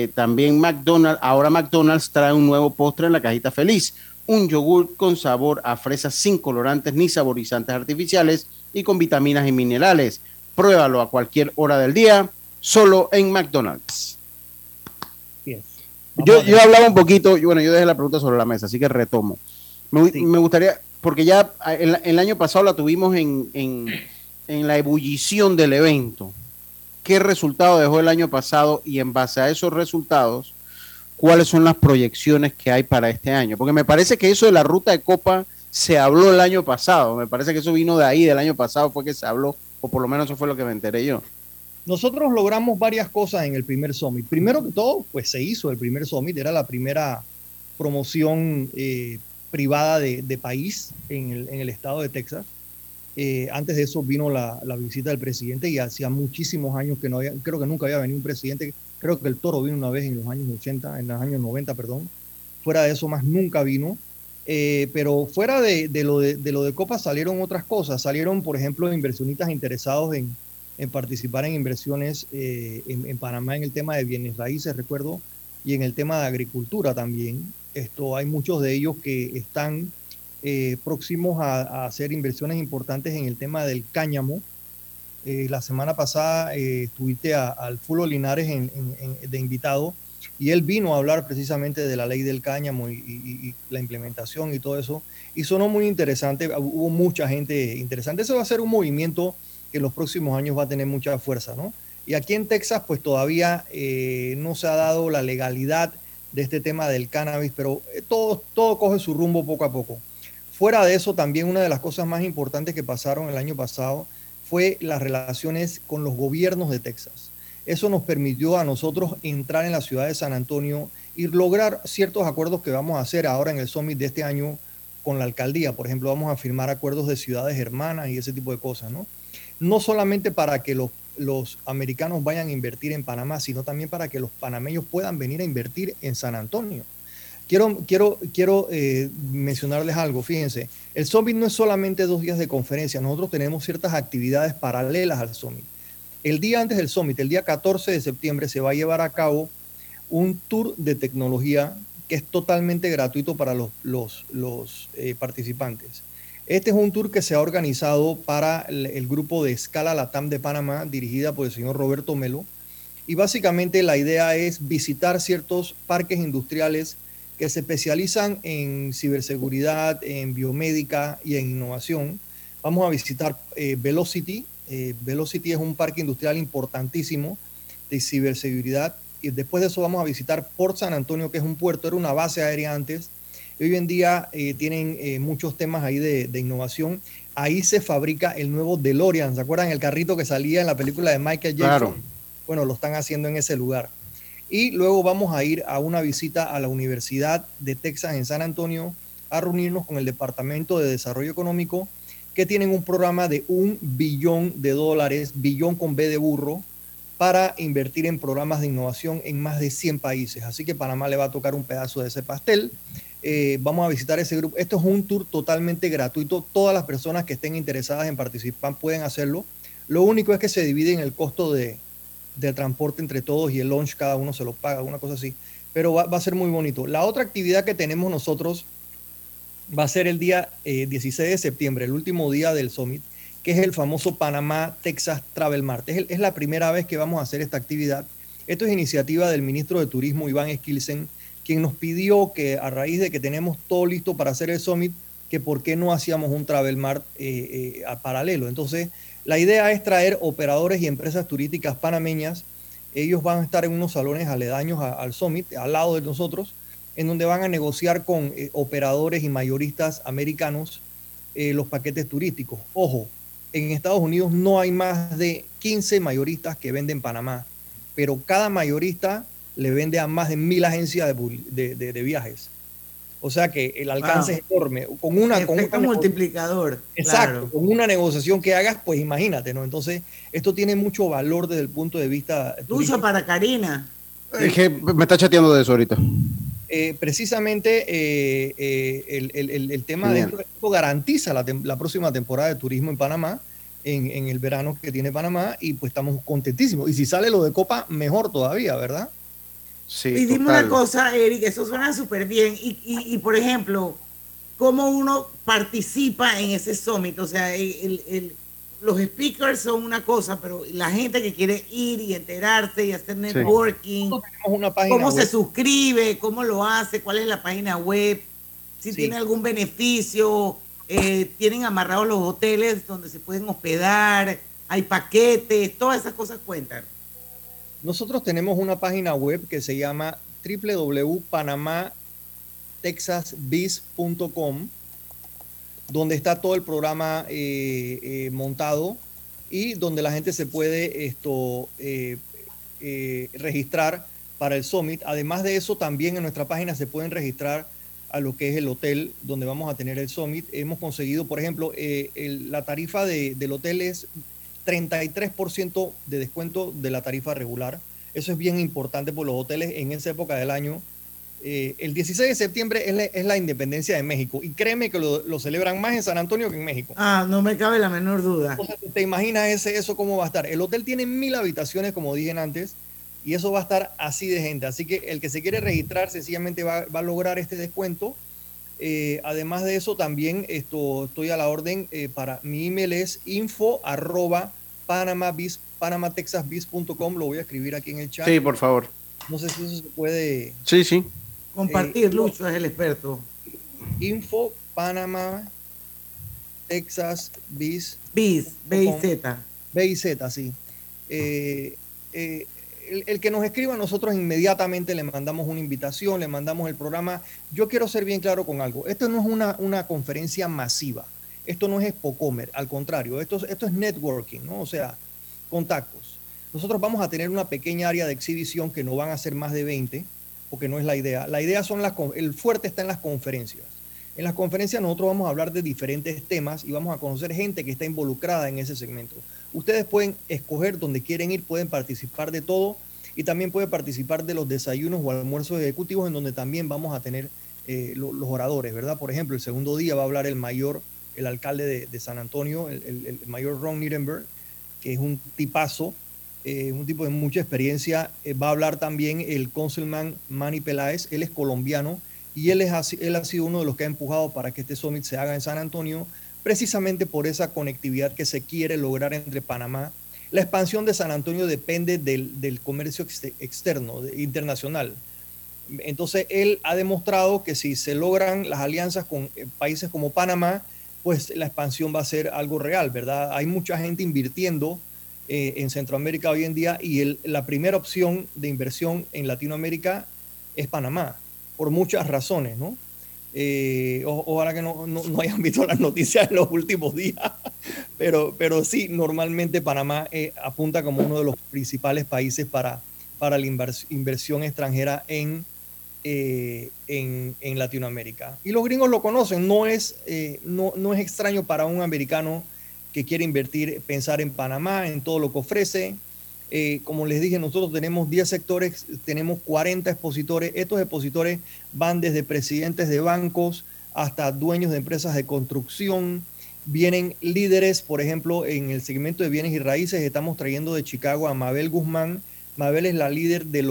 McDonald's trae un nuevo postre en la cajita feliz, un yogur con sabor a fresas sin colorantes ni saborizantes artificiales y con vitaminas y minerales. Pruébalo a cualquier hora del día, solo en McDonald's. Yes. Yo hablaba un poquito, yo dejé la pregunta sobre la mesa, así que retomo. Me gustaría, porque ya el año pasado la tuvimos en la ebullición del evento. ¿Qué resultado dejó el año pasado? Y en base a esos resultados, ¿cuáles son las proyecciones que hay para este año? Porque me parece que eso de la ruta de Copa se habló el año pasado. Me parece que eso vino de ahí, del año pasado fue que se habló, o por lo menos eso fue lo que me enteré yo. Nosotros logramos varias cosas en el primer Summit. Primero que todo, pues se hizo el primer Summit, era la primera promoción privada de país en el estado de Texas. Antes de eso vino la visita del presidente y hacía muchísimos años que no había, creo que nunca había venido un presidente. Creo que el Toro vino una vez en los años 90, perdón. Fuera de eso más nunca vino. Pero fuera de lo de Copa salieron otras cosas. Salieron, por ejemplo, inversionistas interesados en participar en inversiones en Panamá en el tema de bienes raíces, recuerdo, y en el tema de agricultura también. Hay muchos de ellos que están próximos a hacer inversiones importantes en el tema del cáñamo. La semana pasada estuviste al Fulo Linares de invitado y él vino a hablar precisamente de la ley del cáñamo y la implementación y todo eso. Y sonó muy interesante, hubo mucha gente interesante. Eso va a ser un movimiento que en los próximos años va a tener mucha fuerza, ¿no? Y aquí en Texas, pues todavía no se ha dado la legalidad de este tema del cannabis, pero todo coge su rumbo poco a poco. Fuera de eso, también una de las cosas más importantes que pasaron el año pasado fue las relaciones con los gobiernos de Texas. Eso nos permitió a nosotros entrar en la ciudad de San Antonio y lograr ciertos acuerdos que vamos a hacer ahora en el Summit de este año con la alcaldía. Por ejemplo, vamos a firmar acuerdos de ciudades hermanas y ese tipo de cosas, ¿no? No solamente para que los americanos vayan a invertir en Panamá, sino también para que los panameños puedan venir a invertir en San Antonio. Quiero mencionarles algo, fíjense, el Summit no es solamente 2 días de conferencia, nosotros tenemos ciertas actividades paralelas al Summit. El día antes del Summit, el día 14 de septiembre, se va a llevar a cabo un tour de tecnología que es totalmente gratuito para los participantes. Este es un tour que se ha organizado para el grupo de Escala Latam de Panamá, dirigida por el señor Roberto Melo. Y básicamente la idea es visitar ciertos parques industriales que se especializan en ciberseguridad, en biomédica y en innovación. Vamos a visitar Velocity. Velocity es un parque industrial importantísimo de ciberseguridad. Y después de eso vamos a visitar Port San Antonio, que es un puerto, era una base aérea antes. Hoy en día tienen muchos temas ahí de innovación. ahí se fabrica el nuevo DeLorean. ¿Se acuerdan el carrito que salía en la película de Michael Jackson? Claro. Bueno, lo están haciendo en ese lugar. Y luego vamos a ir a una visita a la Universidad de Texas en San Antonio a reunirnos con el Departamento de Desarrollo Económico, que tienen un programa de $1 billón, billón con B de burro, para invertir en programas de innovación en más de 100 países. Así que Panamá le va a tocar un pedazo de ese pastel. Vamos a visitar ese grupo. Esto es un tour totalmente gratuito. Todas las personas que estén interesadas en participar pueden hacerlo. Lo único es que se divide en el costo de transporte entre todos y el lunch cada uno se lo paga, una cosa así. Pero va a ser muy bonito. La otra actividad que tenemos nosotros va a ser el día 16 de septiembre, el último día del Summit, que es el famoso Panamá Texas Travel Mart. Es la primera vez que vamos a hacer esta actividad. Esto es iniciativa del ministro de Turismo, Iván Esquilsen, quien nos pidió que a raíz de que tenemos todo listo para hacer el Summit, que por qué no hacíamos un Travel Mart a paralelo. Entonces, la idea es traer operadores y empresas turísticas panameñas. Ellos van a estar en unos salones aledaños al Summit, al lado de nosotros, en donde van a negociar con operadores y mayoristas americanos los paquetes turísticos. Ojo, en Estados Unidos no hay más de 15 mayoristas que venden Panamá, pero cada mayorista le vende a más de 1,000 agencias de viajes. O sea que el alcance es enorme. Con un multiplicador. Exacto. Claro. Con una negociación que hagas, pues imagínate, ¿no? Entonces, esto tiene mucho valor desde el punto de vista turístico. Para Karina. Es que me está chateando de eso ahorita. Precisamente el tema de esto garantiza la próxima temporada de turismo en Panamá, en el verano que tiene Panamá, y pues estamos contentísimos. Y si sale lo de Copa, mejor todavía, ¿verdad? Sí, y dime una cosa, Eric, eso suena súper bien. Y por ejemplo, ¿cómo uno participa en ese summit? O sea, los speakers son una cosa, pero la gente que quiere ir y enterarse y hacer networking, ¿cómo se suscribe? ¿Cómo lo hace? ¿Cuál es la página web? Si tiene algún beneficio, tienen amarrados los hoteles donde se pueden hospedar, hay paquetes, todas esas cosas cuentan. Nosotros tenemos una página web que se llama www.panamatexasbiz.com, donde está todo el programa montado y donde la gente se puede registrar para el Summit. Además de eso, también en nuestra página se pueden registrar a lo que es el hotel donde vamos a tener el Summit. Hemos conseguido, por ejemplo, la tarifa del hotel es 33% de descuento de la tarifa regular. Eso es bien importante por los hoteles en esa época del año. El 16 de septiembre es la independencia de México, y créeme que lo celebran más en San Antonio que en México. No me cabe la menor duda. O sea, ¿te imaginas eso cómo va a estar? El hotel tiene 1,000 habitaciones, como dije antes, y eso va a estar así de gente. Así que el que se quiere registrar sencillamente va a lograr este descuento. Además de eso, también estoy a la orden para mi email es info@panamatexasbiz.com. Lo voy a escribir aquí en el chat. Sí, por favor. No sé si eso se puede... Sí. Compartir, Lucho es el experto. Info Panama Texas Biz. B y Z. B y Z, sí. El que nos escriba, nosotros inmediatamente le mandamos una invitación, le mandamos el programa. Yo quiero ser bien claro con algo. Esto no es una conferencia masiva. Esto no es Expocomer. Al contrario, esto es networking, ¿no? O sea, contactos. Nosotros vamos a tener una pequeña área de exhibición que no van a ser más de 20, porque no es la idea. La idea el fuerte está en las conferencias. En las conferencias nosotros vamos a hablar de diferentes temas y vamos a conocer gente que está involucrada en ese segmento. Ustedes pueden escoger dónde quieren ir, pueden participar de todo y también pueden participar de los desayunos o almuerzos ejecutivos, en donde también vamos a tener los oradores, ¿verdad? Por ejemplo, el segundo día va a hablar el alcalde de San Antonio, el mayor Ron Nirenberg, que es un tipazo, un tipo de mucha experiencia. Va a hablar también el councilman Manny Peláez. Él es colombiano y él ha sido uno de los que ha empujado para que este summit se haga en San Antonio, precisamente por esa conectividad que se quiere lograr entre Panamá. La expansión de San Antonio depende del comercio externo, internacional. Entonces, él ha demostrado que si se logran las alianzas con países como Panamá, pues la expansión va a ser algo real, ¿verdad? Hay mucha gente invirtiendo en Centroamérica hoy en día, y la primera opción de inversión en Latinoamérica es Panamá, por muchas razones, ¿no? Ojalá que no hayan visto las noticias en los últimos días, pero sí, normalmente Panamá apunta como uno de los principales países para la inversión extranjera en Latinoamérica. Y los gringos lo conocen, no es extraño para un americano que quiere invertir, pensar en Panamá, en todo lo que ofrece. Como les dije, nosotros tenemos 10 sectores, tenemos 40 expositores. Estos expositores van desde presidentes de bancos hasta dueños de empresas de construcción. Vienen líderes, por ejemplo, en el segmento de bienes y raíces. Estamos trayendo de Chicago a Mabel Guzmán. Mabel es la líder de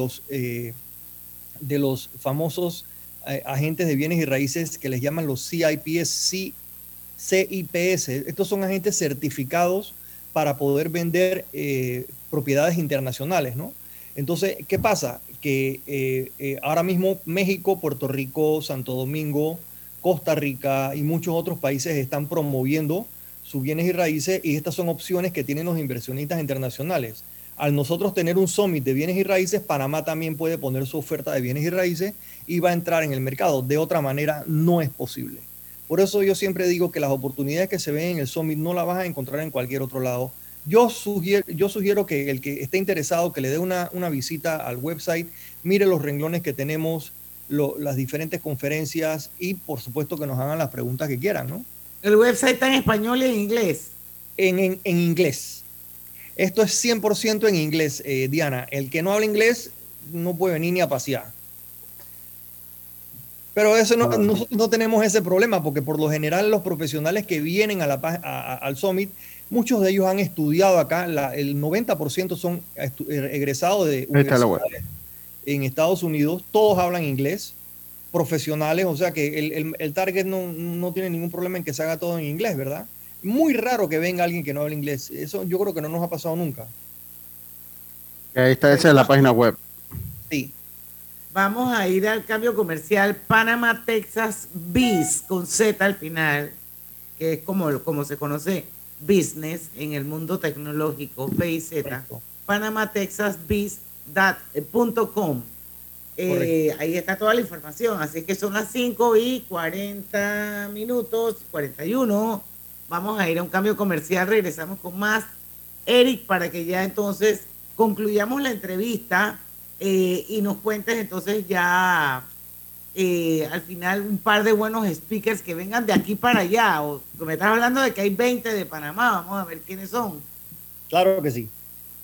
los famosos agentes de bienes y raíces que les llaman los CIPS. Estos son agentes certificados para poder vender propiedades internacionales, ¿no? Entonces, ¿qué pasa? Que ahora mismo México, Puerto Rico, Santo Domingo, Costa Rica y muchos otros países están promoviendo sus bienes y raíces, y estas son opciones que tienen los inversionistas internacionales. Al nosotros tener un summit de bienes y raíces, Panamá también puede poner su oferta de bienes y raíces y va a entrar en el mercado. De otra manera, no es posible. Por eso yo siempre digo que las oportunidades que se ven en el Summit no las vas a encontrar en cualquier otro lado. Yo sugiero que el que esté interesado que le dé una visita al website, mire los renglones que tenemos, las diferentes conferencias y por supuesto que nos hagan las preguntas que quieran, ¿no? ¿El website está en español y en inglés? En inglés. Esto es 100% en inglés, Diana. El que no habla inglés no puede venir ni a pasear. Pero eso nosotros no tenemos ese problema, porque por lo general los profesionales que vienen al Summit, muchos de ellos han estudiado acá. El 90% son egresados de universidades en Estados Unidos. Todos hablan inglés, profesionales, o sea que el target no tiene ningún problema en que se haga todo en inglés, ¿verdad? Muy raro que venga alguien que no hable inglés. Eso yo creo que no nos ha pasado nunca. Ahí está, esa es la página web. Sí. Vamos a ir al cambio comercial. Panama Texas Biz, con Z al final, que es como se conoce business en el mundo tecnológico, BIZ. PanamaTexasBiz.com. Ahí está toda la información. Así que son las 5:40, 41. Vamos a ir a un cambio comercial. Regresamos con más, Eric, para que ya entonces concluyamos la entrevista. Y nos cuentes entonces ya al final un par de buenos speakers que vengan de aquí para allá. O me estás hablando de que hay 20 de Panamá. Vamos a ver quiénes son. Claro que sí.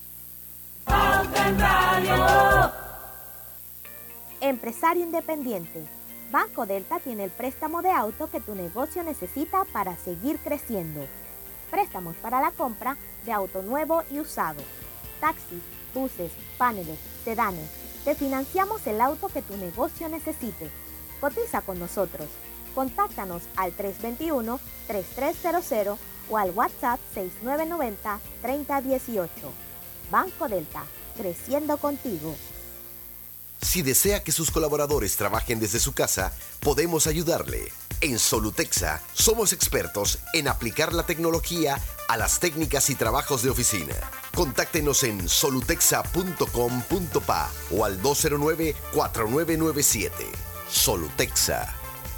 Empresario independiente. Banco Delta tiene el préstamo de auto que tu negocio necesita para seguir creciendo. Préstamos para la compra de auto nuevo y usado. Taxis, buses, paneles, sedanes. Te financiamos el auto que tu negocio necesite. Cotiza con nosotros. Contáctanos al 321-3300 o al WhatsApp 6990-3018. Banco Delta, creciendo contigo. Si desea que sus colaboradores trabajen desde su casa, podemos ayudarle. En Solutexa somos expertos en aplicar la tecnología a las técnicas y trabajos de oficina. Contáctenos en solutexa.com.pa o al 209-4997. Solutexa.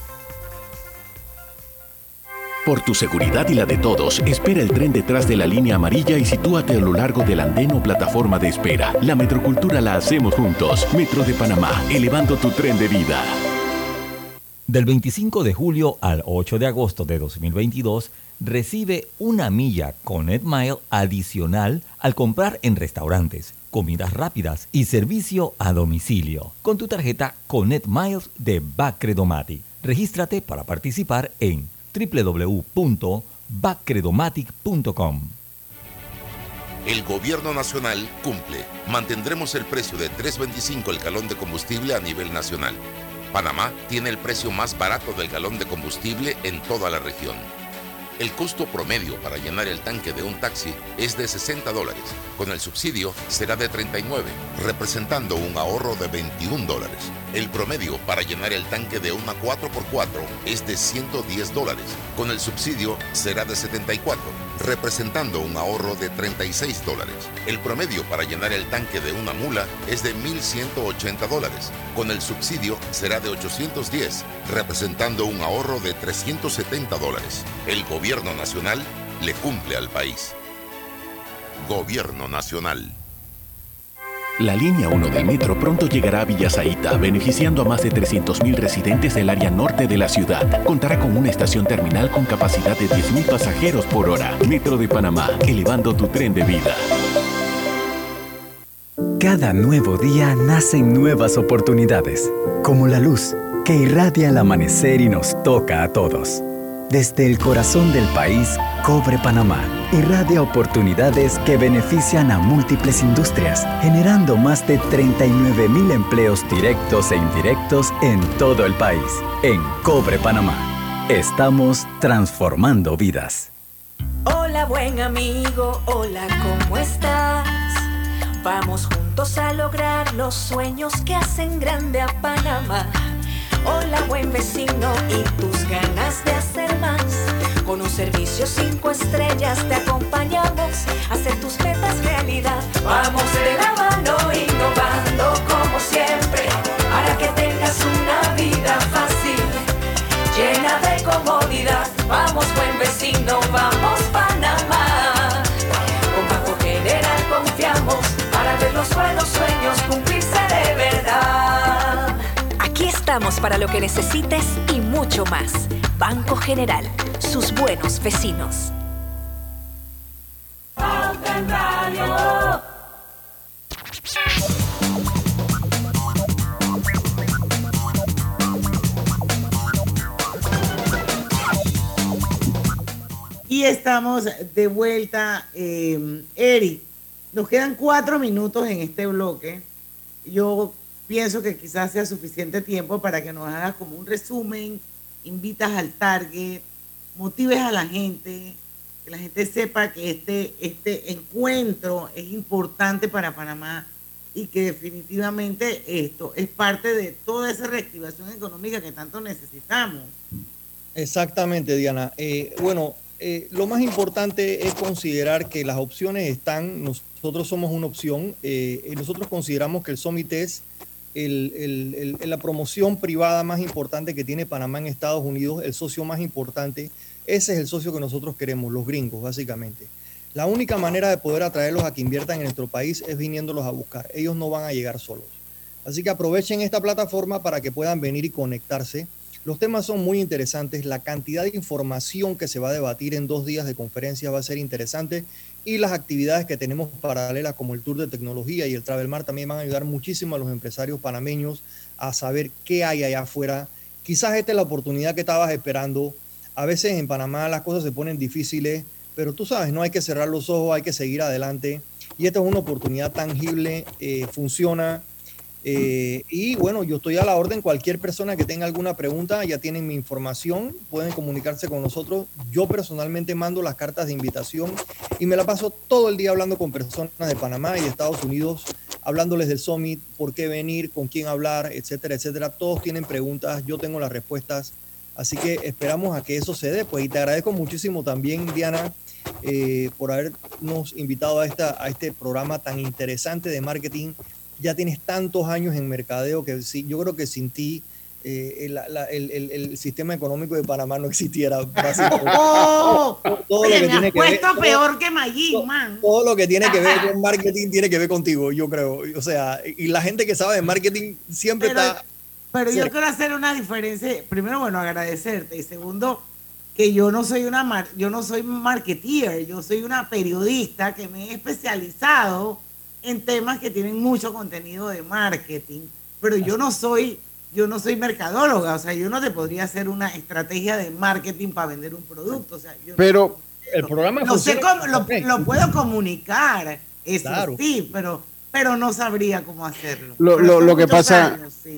Por tu seguridad y la de todos, espera el tren detrás de la línea amarilla y sitúate a lo largo del andén o plataforma de espera. La metrocultura la hacemos juntos. Metro de Panamá, elevando tu tren de vida. Del 25 de julio al 8 de agosto de 2022, recibe una milla Connect Mile adicional al comprar en restaurantes, comidas rápidas y servicio a domicilio con tu tarjeta Connect Miles de Bacredomatic. Regístrate para participar en www.bacredomatic.com. El Gobierno Nacional cumple. Mantendremos el precio de $3.25 el galón de combustible a nivel nacional. Panamá tiene el precio más barato del galón de combustible en toda la región. El costo promedio para llenar el tanque de un taxi es de $60. Con el subsidio será de $39, representando un ahorro de $21. El promedio para llenar el tanque de una 4x4 es de $110. Con el subsidio será de $74, representando un ahorro de $36. El promedio para llenar el tanque de una mula es de $1,180. Con el subsidio será de $810, representando un ahorro de $370. El gobierno nacional le cumple al país. Gobierno Nacional. La línea 1 del metro pronto llegará a Villa Zaita, beneficiando a más de 300.000 residentes del área norte de la ciudad. Contará con una estación terminal con capacidad de 10.000 pasajeros por hora. Metro de Panamá, elevando tu tren de vida. Cada nuevo día nacen nuevas oportunidades, como la luz que irradia el amanecer y nos toca a todos. Desde el corazón del país, Cobre Panamá irradia oportunidades que benefician a múltiples industrias, generando más de 39.000 empleos directos e indirectos en todo el país. En Cobre Panamá, estamos transformando vidas. Hola buen amigo, hola, ¿cómo estás? Vamos juntos a lograr los sueños que hacen grande a Panamá. Hola buen vecino y tus ganas de hacer más. Con un servicio 5 estrellas te acompañamos a hacer tus metas realidad. Vamos de la mano innovando como siempre, para que tengas una vida fácil, llena de comodidad. Vamos buen vecino, vamos Panamá. Con Banco General confiamos para ver los buenos sueños cumplirse de verdad. Aquí estamos para lo que necesites y mucho más. Banco General, sus buenos vecinos. Y estamos de vuelta. Eric, nos quedan 4 minutos en este bloque. Yo pienso que quizás sea suficiente tiempo para que nos hagas como un resumen, invitas al target, motives a la gente, que la gente sepa que este encuentro es importante para Panamá y que definitivamente esto es parte de toda esa reactivación económica que tanto necesitamos. Exactamente, Diana. Lo más importante es considerar que las opciones están, nosotros somos una opción, nosotros consideramos que el Summit es la promoción privada más importante que tiene Panamá en Estados Unidos, el socio más importante. Ese es el socio que nosotros queremos, los gringos, básicamente. La única manera de poder atraerlos a que inviertan en nuestro país es viniéndolos a buscar. Ellos no van a llegar solos. Así que aprovechen esta plataforma para que puedan venir y conectarse. Los temas son muy interesantes. La cantidad de información que se va a debatir en 2 días de conferencia va a ser interesante. Y las actividades que tenemos paralelas como el Tour de Tecnología y el Travel Mart también van a ayudar muchísimo a los empresarios panameños a saber qué hay allá afuera. Quizás esta es la oportunidad que estabas esperando. A veces en Panamá las cosas se ponen difíciles, pero tú sabes, no hay que cerrar los ojos, hay que seguir adelante. Y esta es una oportunidad tangible, funciona. Y bueno, yo estoy a la orden. Cualquier persona que tenga alguna pregunta, ya tienen mi información, pueden comunicarse con nosotros. Yo personalmente mando las cartas de invitación y me la paso todo el día hablando con personas de Panamá y de Estados Unidos, hablándoles del Summit, por qué venir, con quién hablar, etcétera, etcétera. Todos tienen preguntas, yo tengo las respuestas, así que esperamos a que eso se dé. Pues, y te agradezco muchísimo también, Diana, por habernos invitado a este programa tan interesante de marketing. Ya tienes tantos años en mercadeo que sí, yo creo que sin ti el sistema económico de Panamá no existiera. Todo lo que tiene que ver, peor que Mayín, man. Todo lo que tiene que ver con marketing tiene que ver contigo, yo creo. O sea, y la gente que sabe de marketing siempre está... Pero yo quiero hacer una diferencia. Primero, bueno, agradecerte. Y segundo, que yo no soy marketeer, yo soy una periodista que me he especializado en temas que tienen mucho contenido de marketing, pero yo no soy mercadóloga, o sea, yo no te podría hacer una estrategia de marketing para vender un producto, o sea, pero el programa no sé cómo lo puedo comunicar, eso claro. Sí, pero no sabría cómo hacerlo. Lo que pasa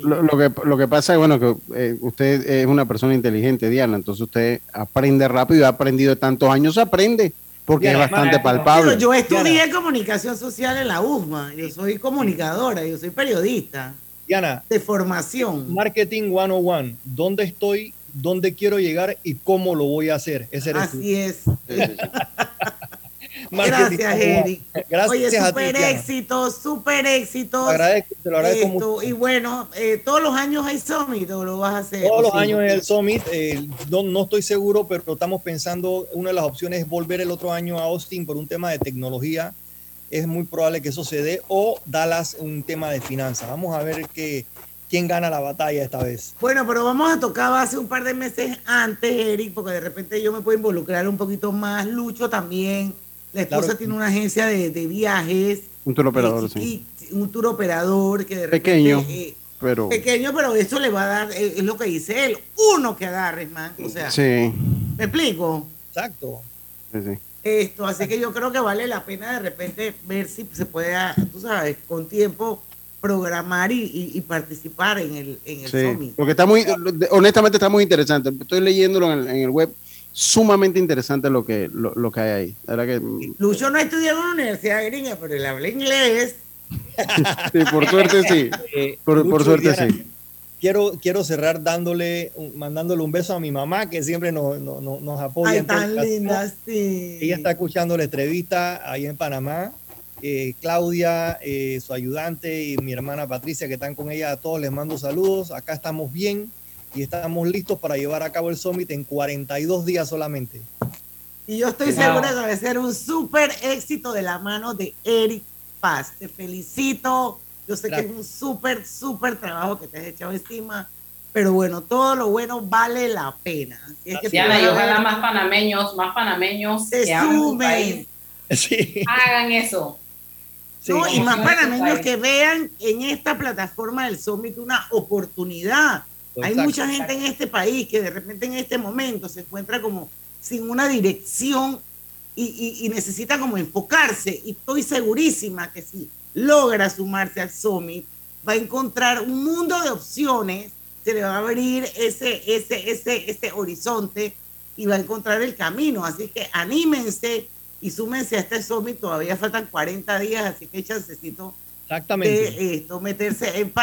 es, bueno, que usted es una persona inteligente, Diana, entonces usted aprende rápido y ha aprendido de tantos años, aprende. Porque Diana, es bastante palpable. Yo estudié comunicación social en la USMA, yo soy comunicadora, yo soy periodista. Diana, de formación. Marketing 101. ¿Dónde estoy? ¿Dónde quiero llegar? ¿Y cómo lo voy a hacer? Ese eres tú. Así es. Marketing Gracias, 101. Eric. Gracias Oye, a ti, súper Diana. éxitos, súper éxitos. Te lo agradezco mucho. Y bueno, todos los años hay Summit, ¿o lo vas a hacer? Todos los Sí. años en el Summit, no estoy seguro, pero estamos pensando, una de las opciones es volver el otro año a Austin por un tema de tecnología. Es muy probable que eso se dé, o Dallas, un tema de finanzas. Vamos a ver quién gana la batalla esta vez. Bueno, pero vamos a tocar hace un par de meses antes, Eric, porque de repente yo me puedo involucrar un poquito más. Lucho también. La esposa Claro. tiene una agencia de viajes. Un tour operador, sí. Y un tour operador que de repente, Pequeño, pero... pequeño, pero eso le va a dar, es lo que dice él, uno que agarres, man. O sea, Sí. ¿me explico? Exacto. Sí. Esto, así que yo creo que vale la pena de repente ver si se puede, tú sabes, con tiempo programar y participar en el Sí, Summit. porque honestamente está muy interesante. Estoy leyéndolo en el web, sumamente interesante lo que hay ahí. La verdad que Lucho no estudió en una universidad gringa, pero él habla inglés. sí, por suerte sí. Por Lucho, suerte Diana, sí. Quiero cerrar mandándole un beso a mi mamá, que siempre nos apoya. Ay, en todo el tan caso. linda, sí. Ella está escuchando la entrevista ahí en Panamá. Claudia, su ayudante, y mi hermana Patricia, que están con ella, a todos les mando saludos. Acá estamos bien y estamos listos para llevar a cabo el Summit en 42 días solamente. Y yo estoy segura que va a ser un súper éxito de la mano de Eric Paz. Te felicito. Yo sé que es un súper trabajo que te has echado encima. Pero bueno, todo lo bueno vale la pena. Así es que Diana, y tú vas a ojalá ver- más panameños Se que aman su sumen. país Sí. hagan eso. No, y más Como panameños país. que vean en esta plataforma del Summit una oportunidad. Hay Exacto. mucha gente en este país que de repente en este momento se encuentra como sin una dirección y necesita como enfocarse. Y estoy segurísima que si logra sumarse al Summit, va a encontrar un mundo de opciones, se le va a abrir ese horizonte y va a encontrar el camino. Así que anímense y súmense a este Summit. Todavía faltan 40 días, así que chancecito Exactamente. de meterse en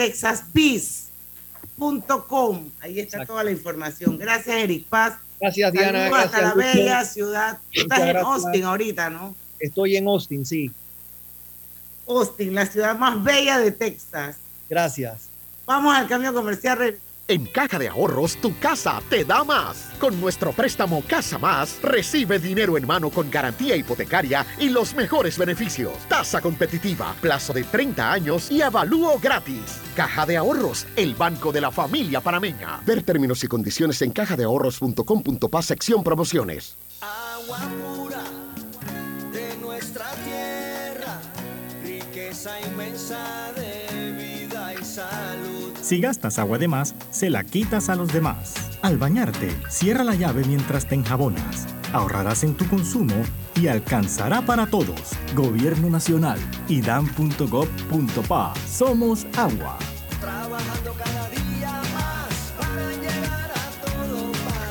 PanamaTexasBiz.com. Ahí está toda la información. Gracias, Eric Paz. Gracias, Diana. Saludos hasta la Gracias, Lucho. bella ciudad. Tú estás Muchas en gracias. Austin ahorita, ¿no? Estoy en Austin, sí. Austin, la ciudad más bella de Texas. Gracias. Vamos al cambio comercial. En Caja de Ahorros, tu casa te da más. Con nuestro préstamo Casa Más, recibe dinero en mano con garantía hipotecaria y los mejores beneficios. Tasa competitiva, plazo de 30 años y avalúo gratis. Caja de Ahorros, el banco de la familia panameña. Ver términos y condiciones en cajadeahorros.com.pa, sección promociones. Agua pura de nuestra tierra, riqueza inmensa de vida y salud. Si gastas agua de más, se la quitas a los demás. Al bañarte, cierra la llave mientras te enjabonas. Ahorrarás en tu consumo y alcanzará para todos. Gobierno Nacional, idam.gov.pa. Somos agua. Trabajando cada día más para llegar a todo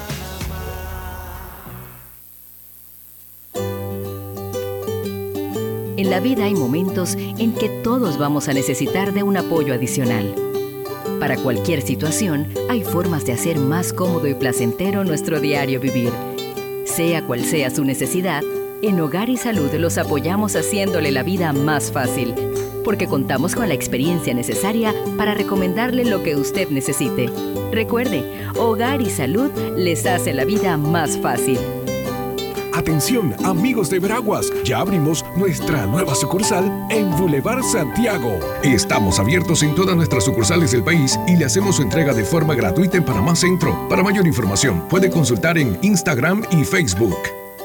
Panamá. En la vida hay momentos en que todos vamos a necesitar de un apoyo adicional. Para cualquier situación, hay formas de hacer más cómodo y placentero nuestro diario vivir. Sea cual sea su necesidad, en Hogar y Salud los apoyamos haciéndole la vida más fácil, porque contamos con la experiencia necesaria para recomendarle lo que usted necesite. Recuerde, Hogar y Salud les hace la vida más fácil. Atención, amigos de Veraguas, ya abrimos nuestra nueva sucursal en Boulevard Santiago. Estamos abiertos en todas nuestras sucursales del país y le hacemos su entrega de forma gratuita en Panamá Centro. Para mayor información, puede consultar en Instagram y Facebook.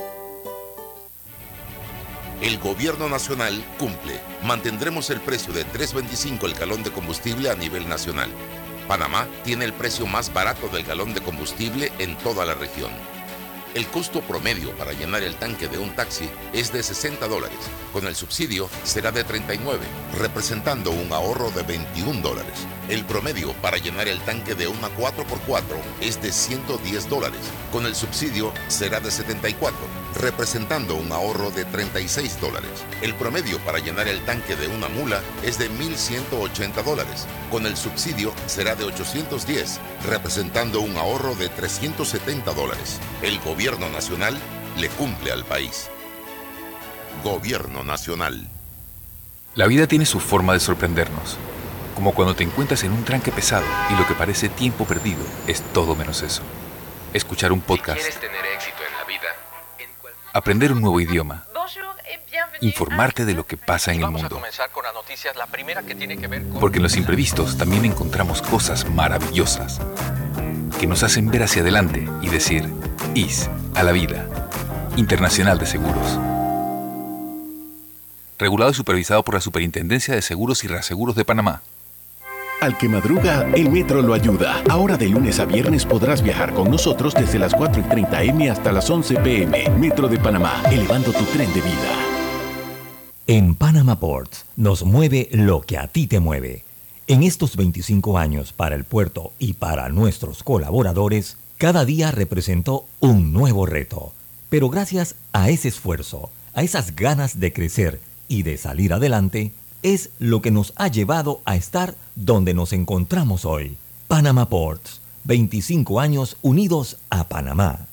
El Gobierno Nacional cumple. Mantendremos el precio de $3.25 el galón de combustible a nivel nacional. Panamá tiene el precio más barato del galón de combustible en toda la región. El costo promedio para llenar el tanque de un taxi es de $60. Con el subsidio será de $39, representando un ahorro de $21. El promedio para llenar el tanque de una 4x4 es de $110. Con el subsidio será de 74, representando un ahorro de $36. El promedio para llenar el tanque de una mula es de $1,180. Con el subsidio será de 810, representando un ahorro de $370. El gobierno nacional le cumple al país. Gobierno Nacional. La vida tiene su forma de sorprendernos. Como cuando te encuentras en un tranque pesado y lo que parece tiempo perdido es todo menos eso. Escuchar un podcast. Si quieres tener éxito en la vida, Aprender un nuevo idioma. Informarte de lo que pasa en el vamos a mundo. comenzar con las noticias, la primera que tiene que ver con... Porque en los imprevistos también encontramos cosas maravillosas que nos hacen ver hacia adelante y decir IS a la vida. Internacional de Seguros. Regulado y supervisado por la Superintendencia de Seguros y Reaseguros de Panamá. Al que madruga, el metro lo ayuda. Ahora de lunes a viernes podrás viajar con nosotros desde las 4:30 m hasta las 11 p.m. Metro de Panamá, elevando tu tren de vida. En Panama Ports nos mueve lo que a ti te mueve. En estos 25 años para el puerto y para nuestros colaboradores, cada día representó un nuevo reto. Pero gracias a ese esfuerzo, a esas ganas de crecer y de salir adelante, es lo que nos ha llevado a estar donde nos encontramos hoy. Panama Ports, 25 años unidos a Panamá.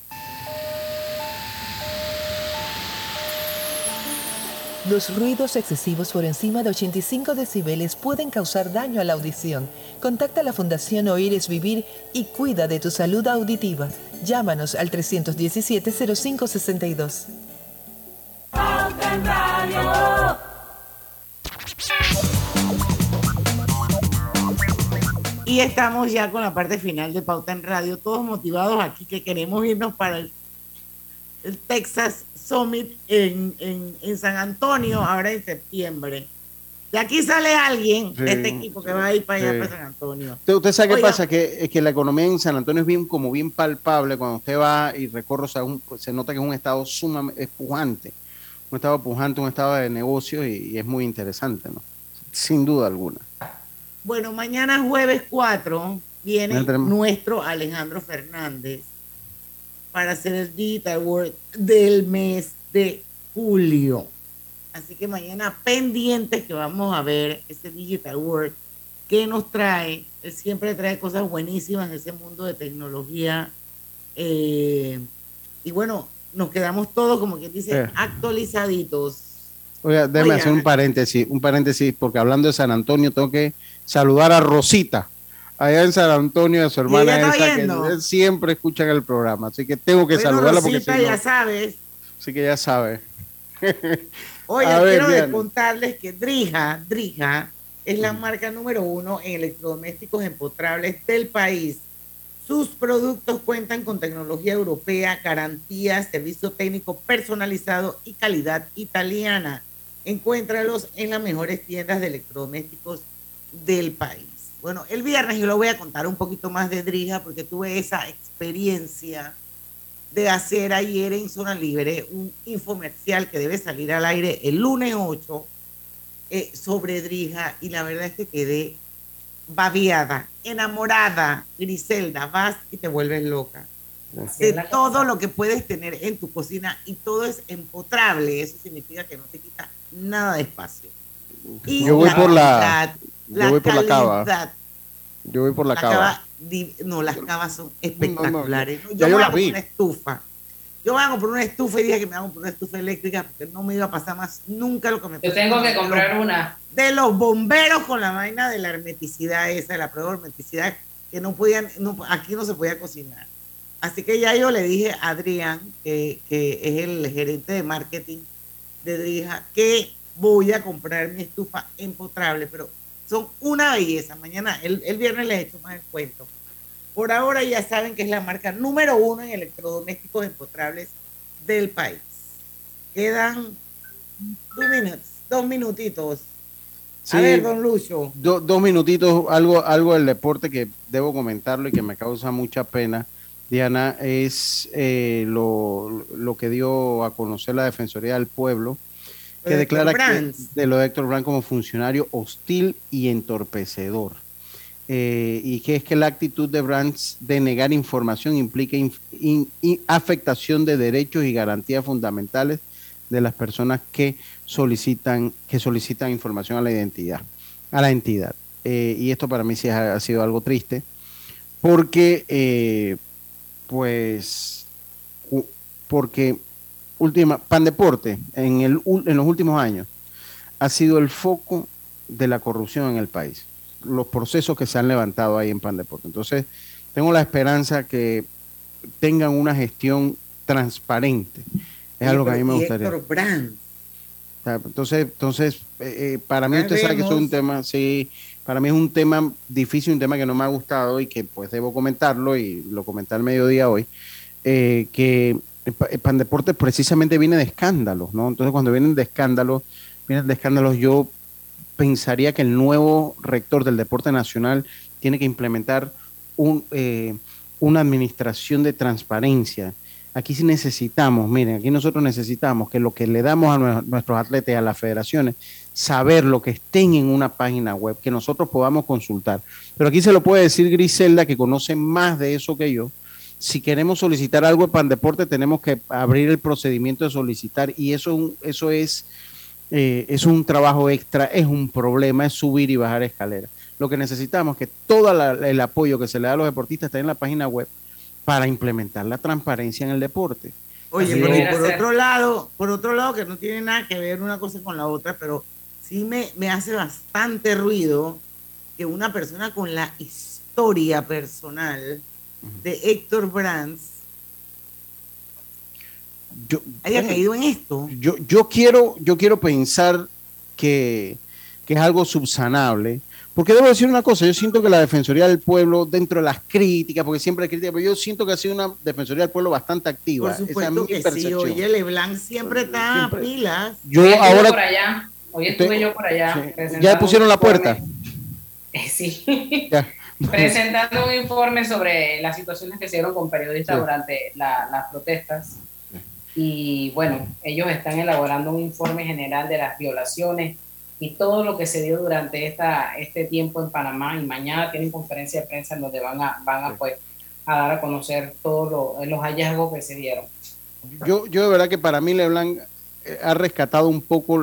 Los ruidos excesivos por encima de 85 decibeles pueden causar daño a la audición. Contacta a la Fundación Oír es Vivir y cuida de tu salud auditiva. Llámanos al 317-0562. Y estamos ya con la parte final de Pauta en Radio, todos motivados aquí que queremos irnos para el Texas Summit en San Antonio, ahora en septiembre. De aquí sale alguien de este equipo que va a ir para allá, para San Antonio. Usted sabe qué pasa, que la economía en San Antonio es bien palpable. Cuando usted va y recorre, se nota que es un estado sumamente pujante, un estado de negocio y es muy interesante, ¿no? Sin duda alguna. Bueno, mañana jueves 4 viene nuestro Alejandro Fernández para hacer el Digital World del mes de julio. Así que mañana pendientes que vamos a ver ese Digital World que nos trae. Él siempre trae cosas buenísimas en ese mundo de tecnología. Y bueno, nos quedamos todos, como quien dice, actualizaditos. Oiga, déjeme hacer un paréntesis, porque hablando de San Antonio, tengo que saludar a Rosita, allá en San Antonio, a su hermana esa, que siempre escuchan el programa, así que tengo que saludarla. Rosita, porque si ya no, sabes. Así que ya sabe. Oye, quiero contarles que Drija es la marca número 1 en electrodomésticos empotrables del país. Sus productos cuentan con tecnología europea, garantía, servicio técnico personalizado y calidad italiana. Encuéntralos en las mejores tiendas de electrodomésticos del país. Bueno, el viernes yo le voy a contar un poquito más de Drija porque tuve esa experiencia de hacer ayer en Zona Libre un infomercial que debe salir al aire el lunes 8 sobre Drija, y la verdad es que quedé babiada, enamorada. Griselda, vas y te vuelves loca de todo lo que puedes tener en tu cocina, y todo es empotrable. Eso significa que no te quita nada de espacio. Y yo voy por la cava. Yo voy por la cava. No, las cavas son espectaculares. No, yo voy a comprar una estufa. Yo voy a comprar una estufa y dije que me hago comprar una estufa eléctrica porque no me iba a pasar más nunca lo que me pasó. Yo tengo que comprar una. De los bomberos con la vaina de la hermeticidad esa, de la prueba de hermeticidad, que no podían, aquí no se podía cocinar. Así que ya yo le dije a Adrián, que es el gerente de marketing de Drija, que voy a comprar mi estufa empotrable, pero son una belleza. Mañana, el viernes les echo más el cuento. Por ahora ya saben que es la marca número 1 en electrodomésticos empotrables del país. Quedan 2 minutitos. Sí, a ver, don Lucho. 2 minutitos, algo del deporte que debo comentarlo y que me causa mucha pena, Diana, es lo que dio a conocer la Defensoría del Pueblo, que declara de lo de Héctor Brand como funcionario hostil y entorpecedor. y que es que la actitud de Brands de negar información implica afectación de derechos y garantías fundamentales de las personas que solicitan información a la entidad. Y esto para mí sí ha sido algo triste, porque Pandeporte en los últimos años ha sido el foco de la corrupción en el país, los procesos que se han levantado ahí en Pandeporte. Entonces, tengo la esperanza que tengan una gestión transparente. Es algo que a mí me gustaría. Héctor Brands. Entonces, para mí usted sabe que es un tema, sí, para mí es un tema difícil, un tema que no me ha gustado y que pues debo comentarlo, y lo comenté al mediodía hoy, que el Pandeporte precisamente viene de escándalos, ¿no? Entonces, cuando vienen de escándalos, yo pensaría que el nuevo rector del deporte nacional tiene que implementar una administración de transparencia. Aquí sí necesitamos, miren, aquí nosotros necesitamos que lo que le damos a nuestros atletas y a las federaciones, saber lo que estén en una página web, que nosotros podamos consultar. Pero aquí se lo puede decir Griselda, que conoce más de eso que yo. Si queremos solicitar algo de Pandeporte, tenemos que abrir el procedimiento de solicitar, y eso es un trabajo extra, es un problema, es subir y bajar escaleras. Lo que necesitamos es que todo el apoyo que se le da a los deportistas esté en la página web para implementar la transparencia en el deporte. Oye, pero por otro lado, que no tiene nada que ver una cosa con la otra, pero sí me hace bastante ruido que una persona con la historia personal de Héctor Brands haya caído en esto. Yo quiero pensar que es algo subsanable, porque debo decir una cosa, yo siento que la Defensoría del Pueblo, dentro de las críticas, porque siempre hay críticas, pero yo siento que ha sido una Defensoría del Pueblo bastante activa. Por supuesto que sí, oye, LeBlanc siempre está a pilas. Hoy estuve yo por allá. ¿Ya pusieron la puerta? Sí. Ya. Presentando un informe sobre las situaciones que se dieron con periodistas durante las protestas. Y bueno, ellos están elaborando un informe general de las violaciones y todo lo que se dio durante este tiempo en Panamá, y mañana tienen conferencia de prensa en donde van a dar a conocer todos los hallazgos que se dieron. Yo de verdad que para mí LeBlanc ha rescatado un poco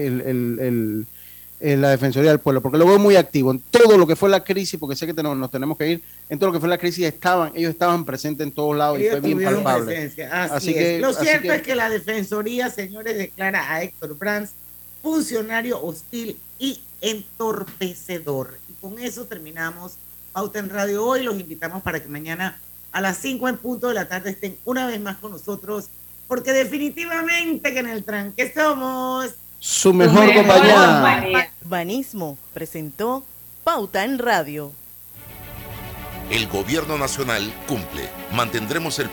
la Defensoría del Pueblo, porque lo veo muy activo en todo lo que fue la crisis, porque sé que nos tenemos que ir, en todo lo que fue la crisis ellos estaban presentes en todos lados, y fue bien palpable. Así es. Lo cierto es que la Defensoría, señores, declara a Héctor Brands funcionario hostil y entorpecedor. Y con eso terminamos Pauta en Radio hoy. Los invitamos para que mañana a las 5 en punto de la tarde estén una vez más con nosotros, porque definitivamente que en el tranque somos su mejor compañía. Banismo presentó Pauta en Radio. El Gobierno Nacional cumple. Mantendremos el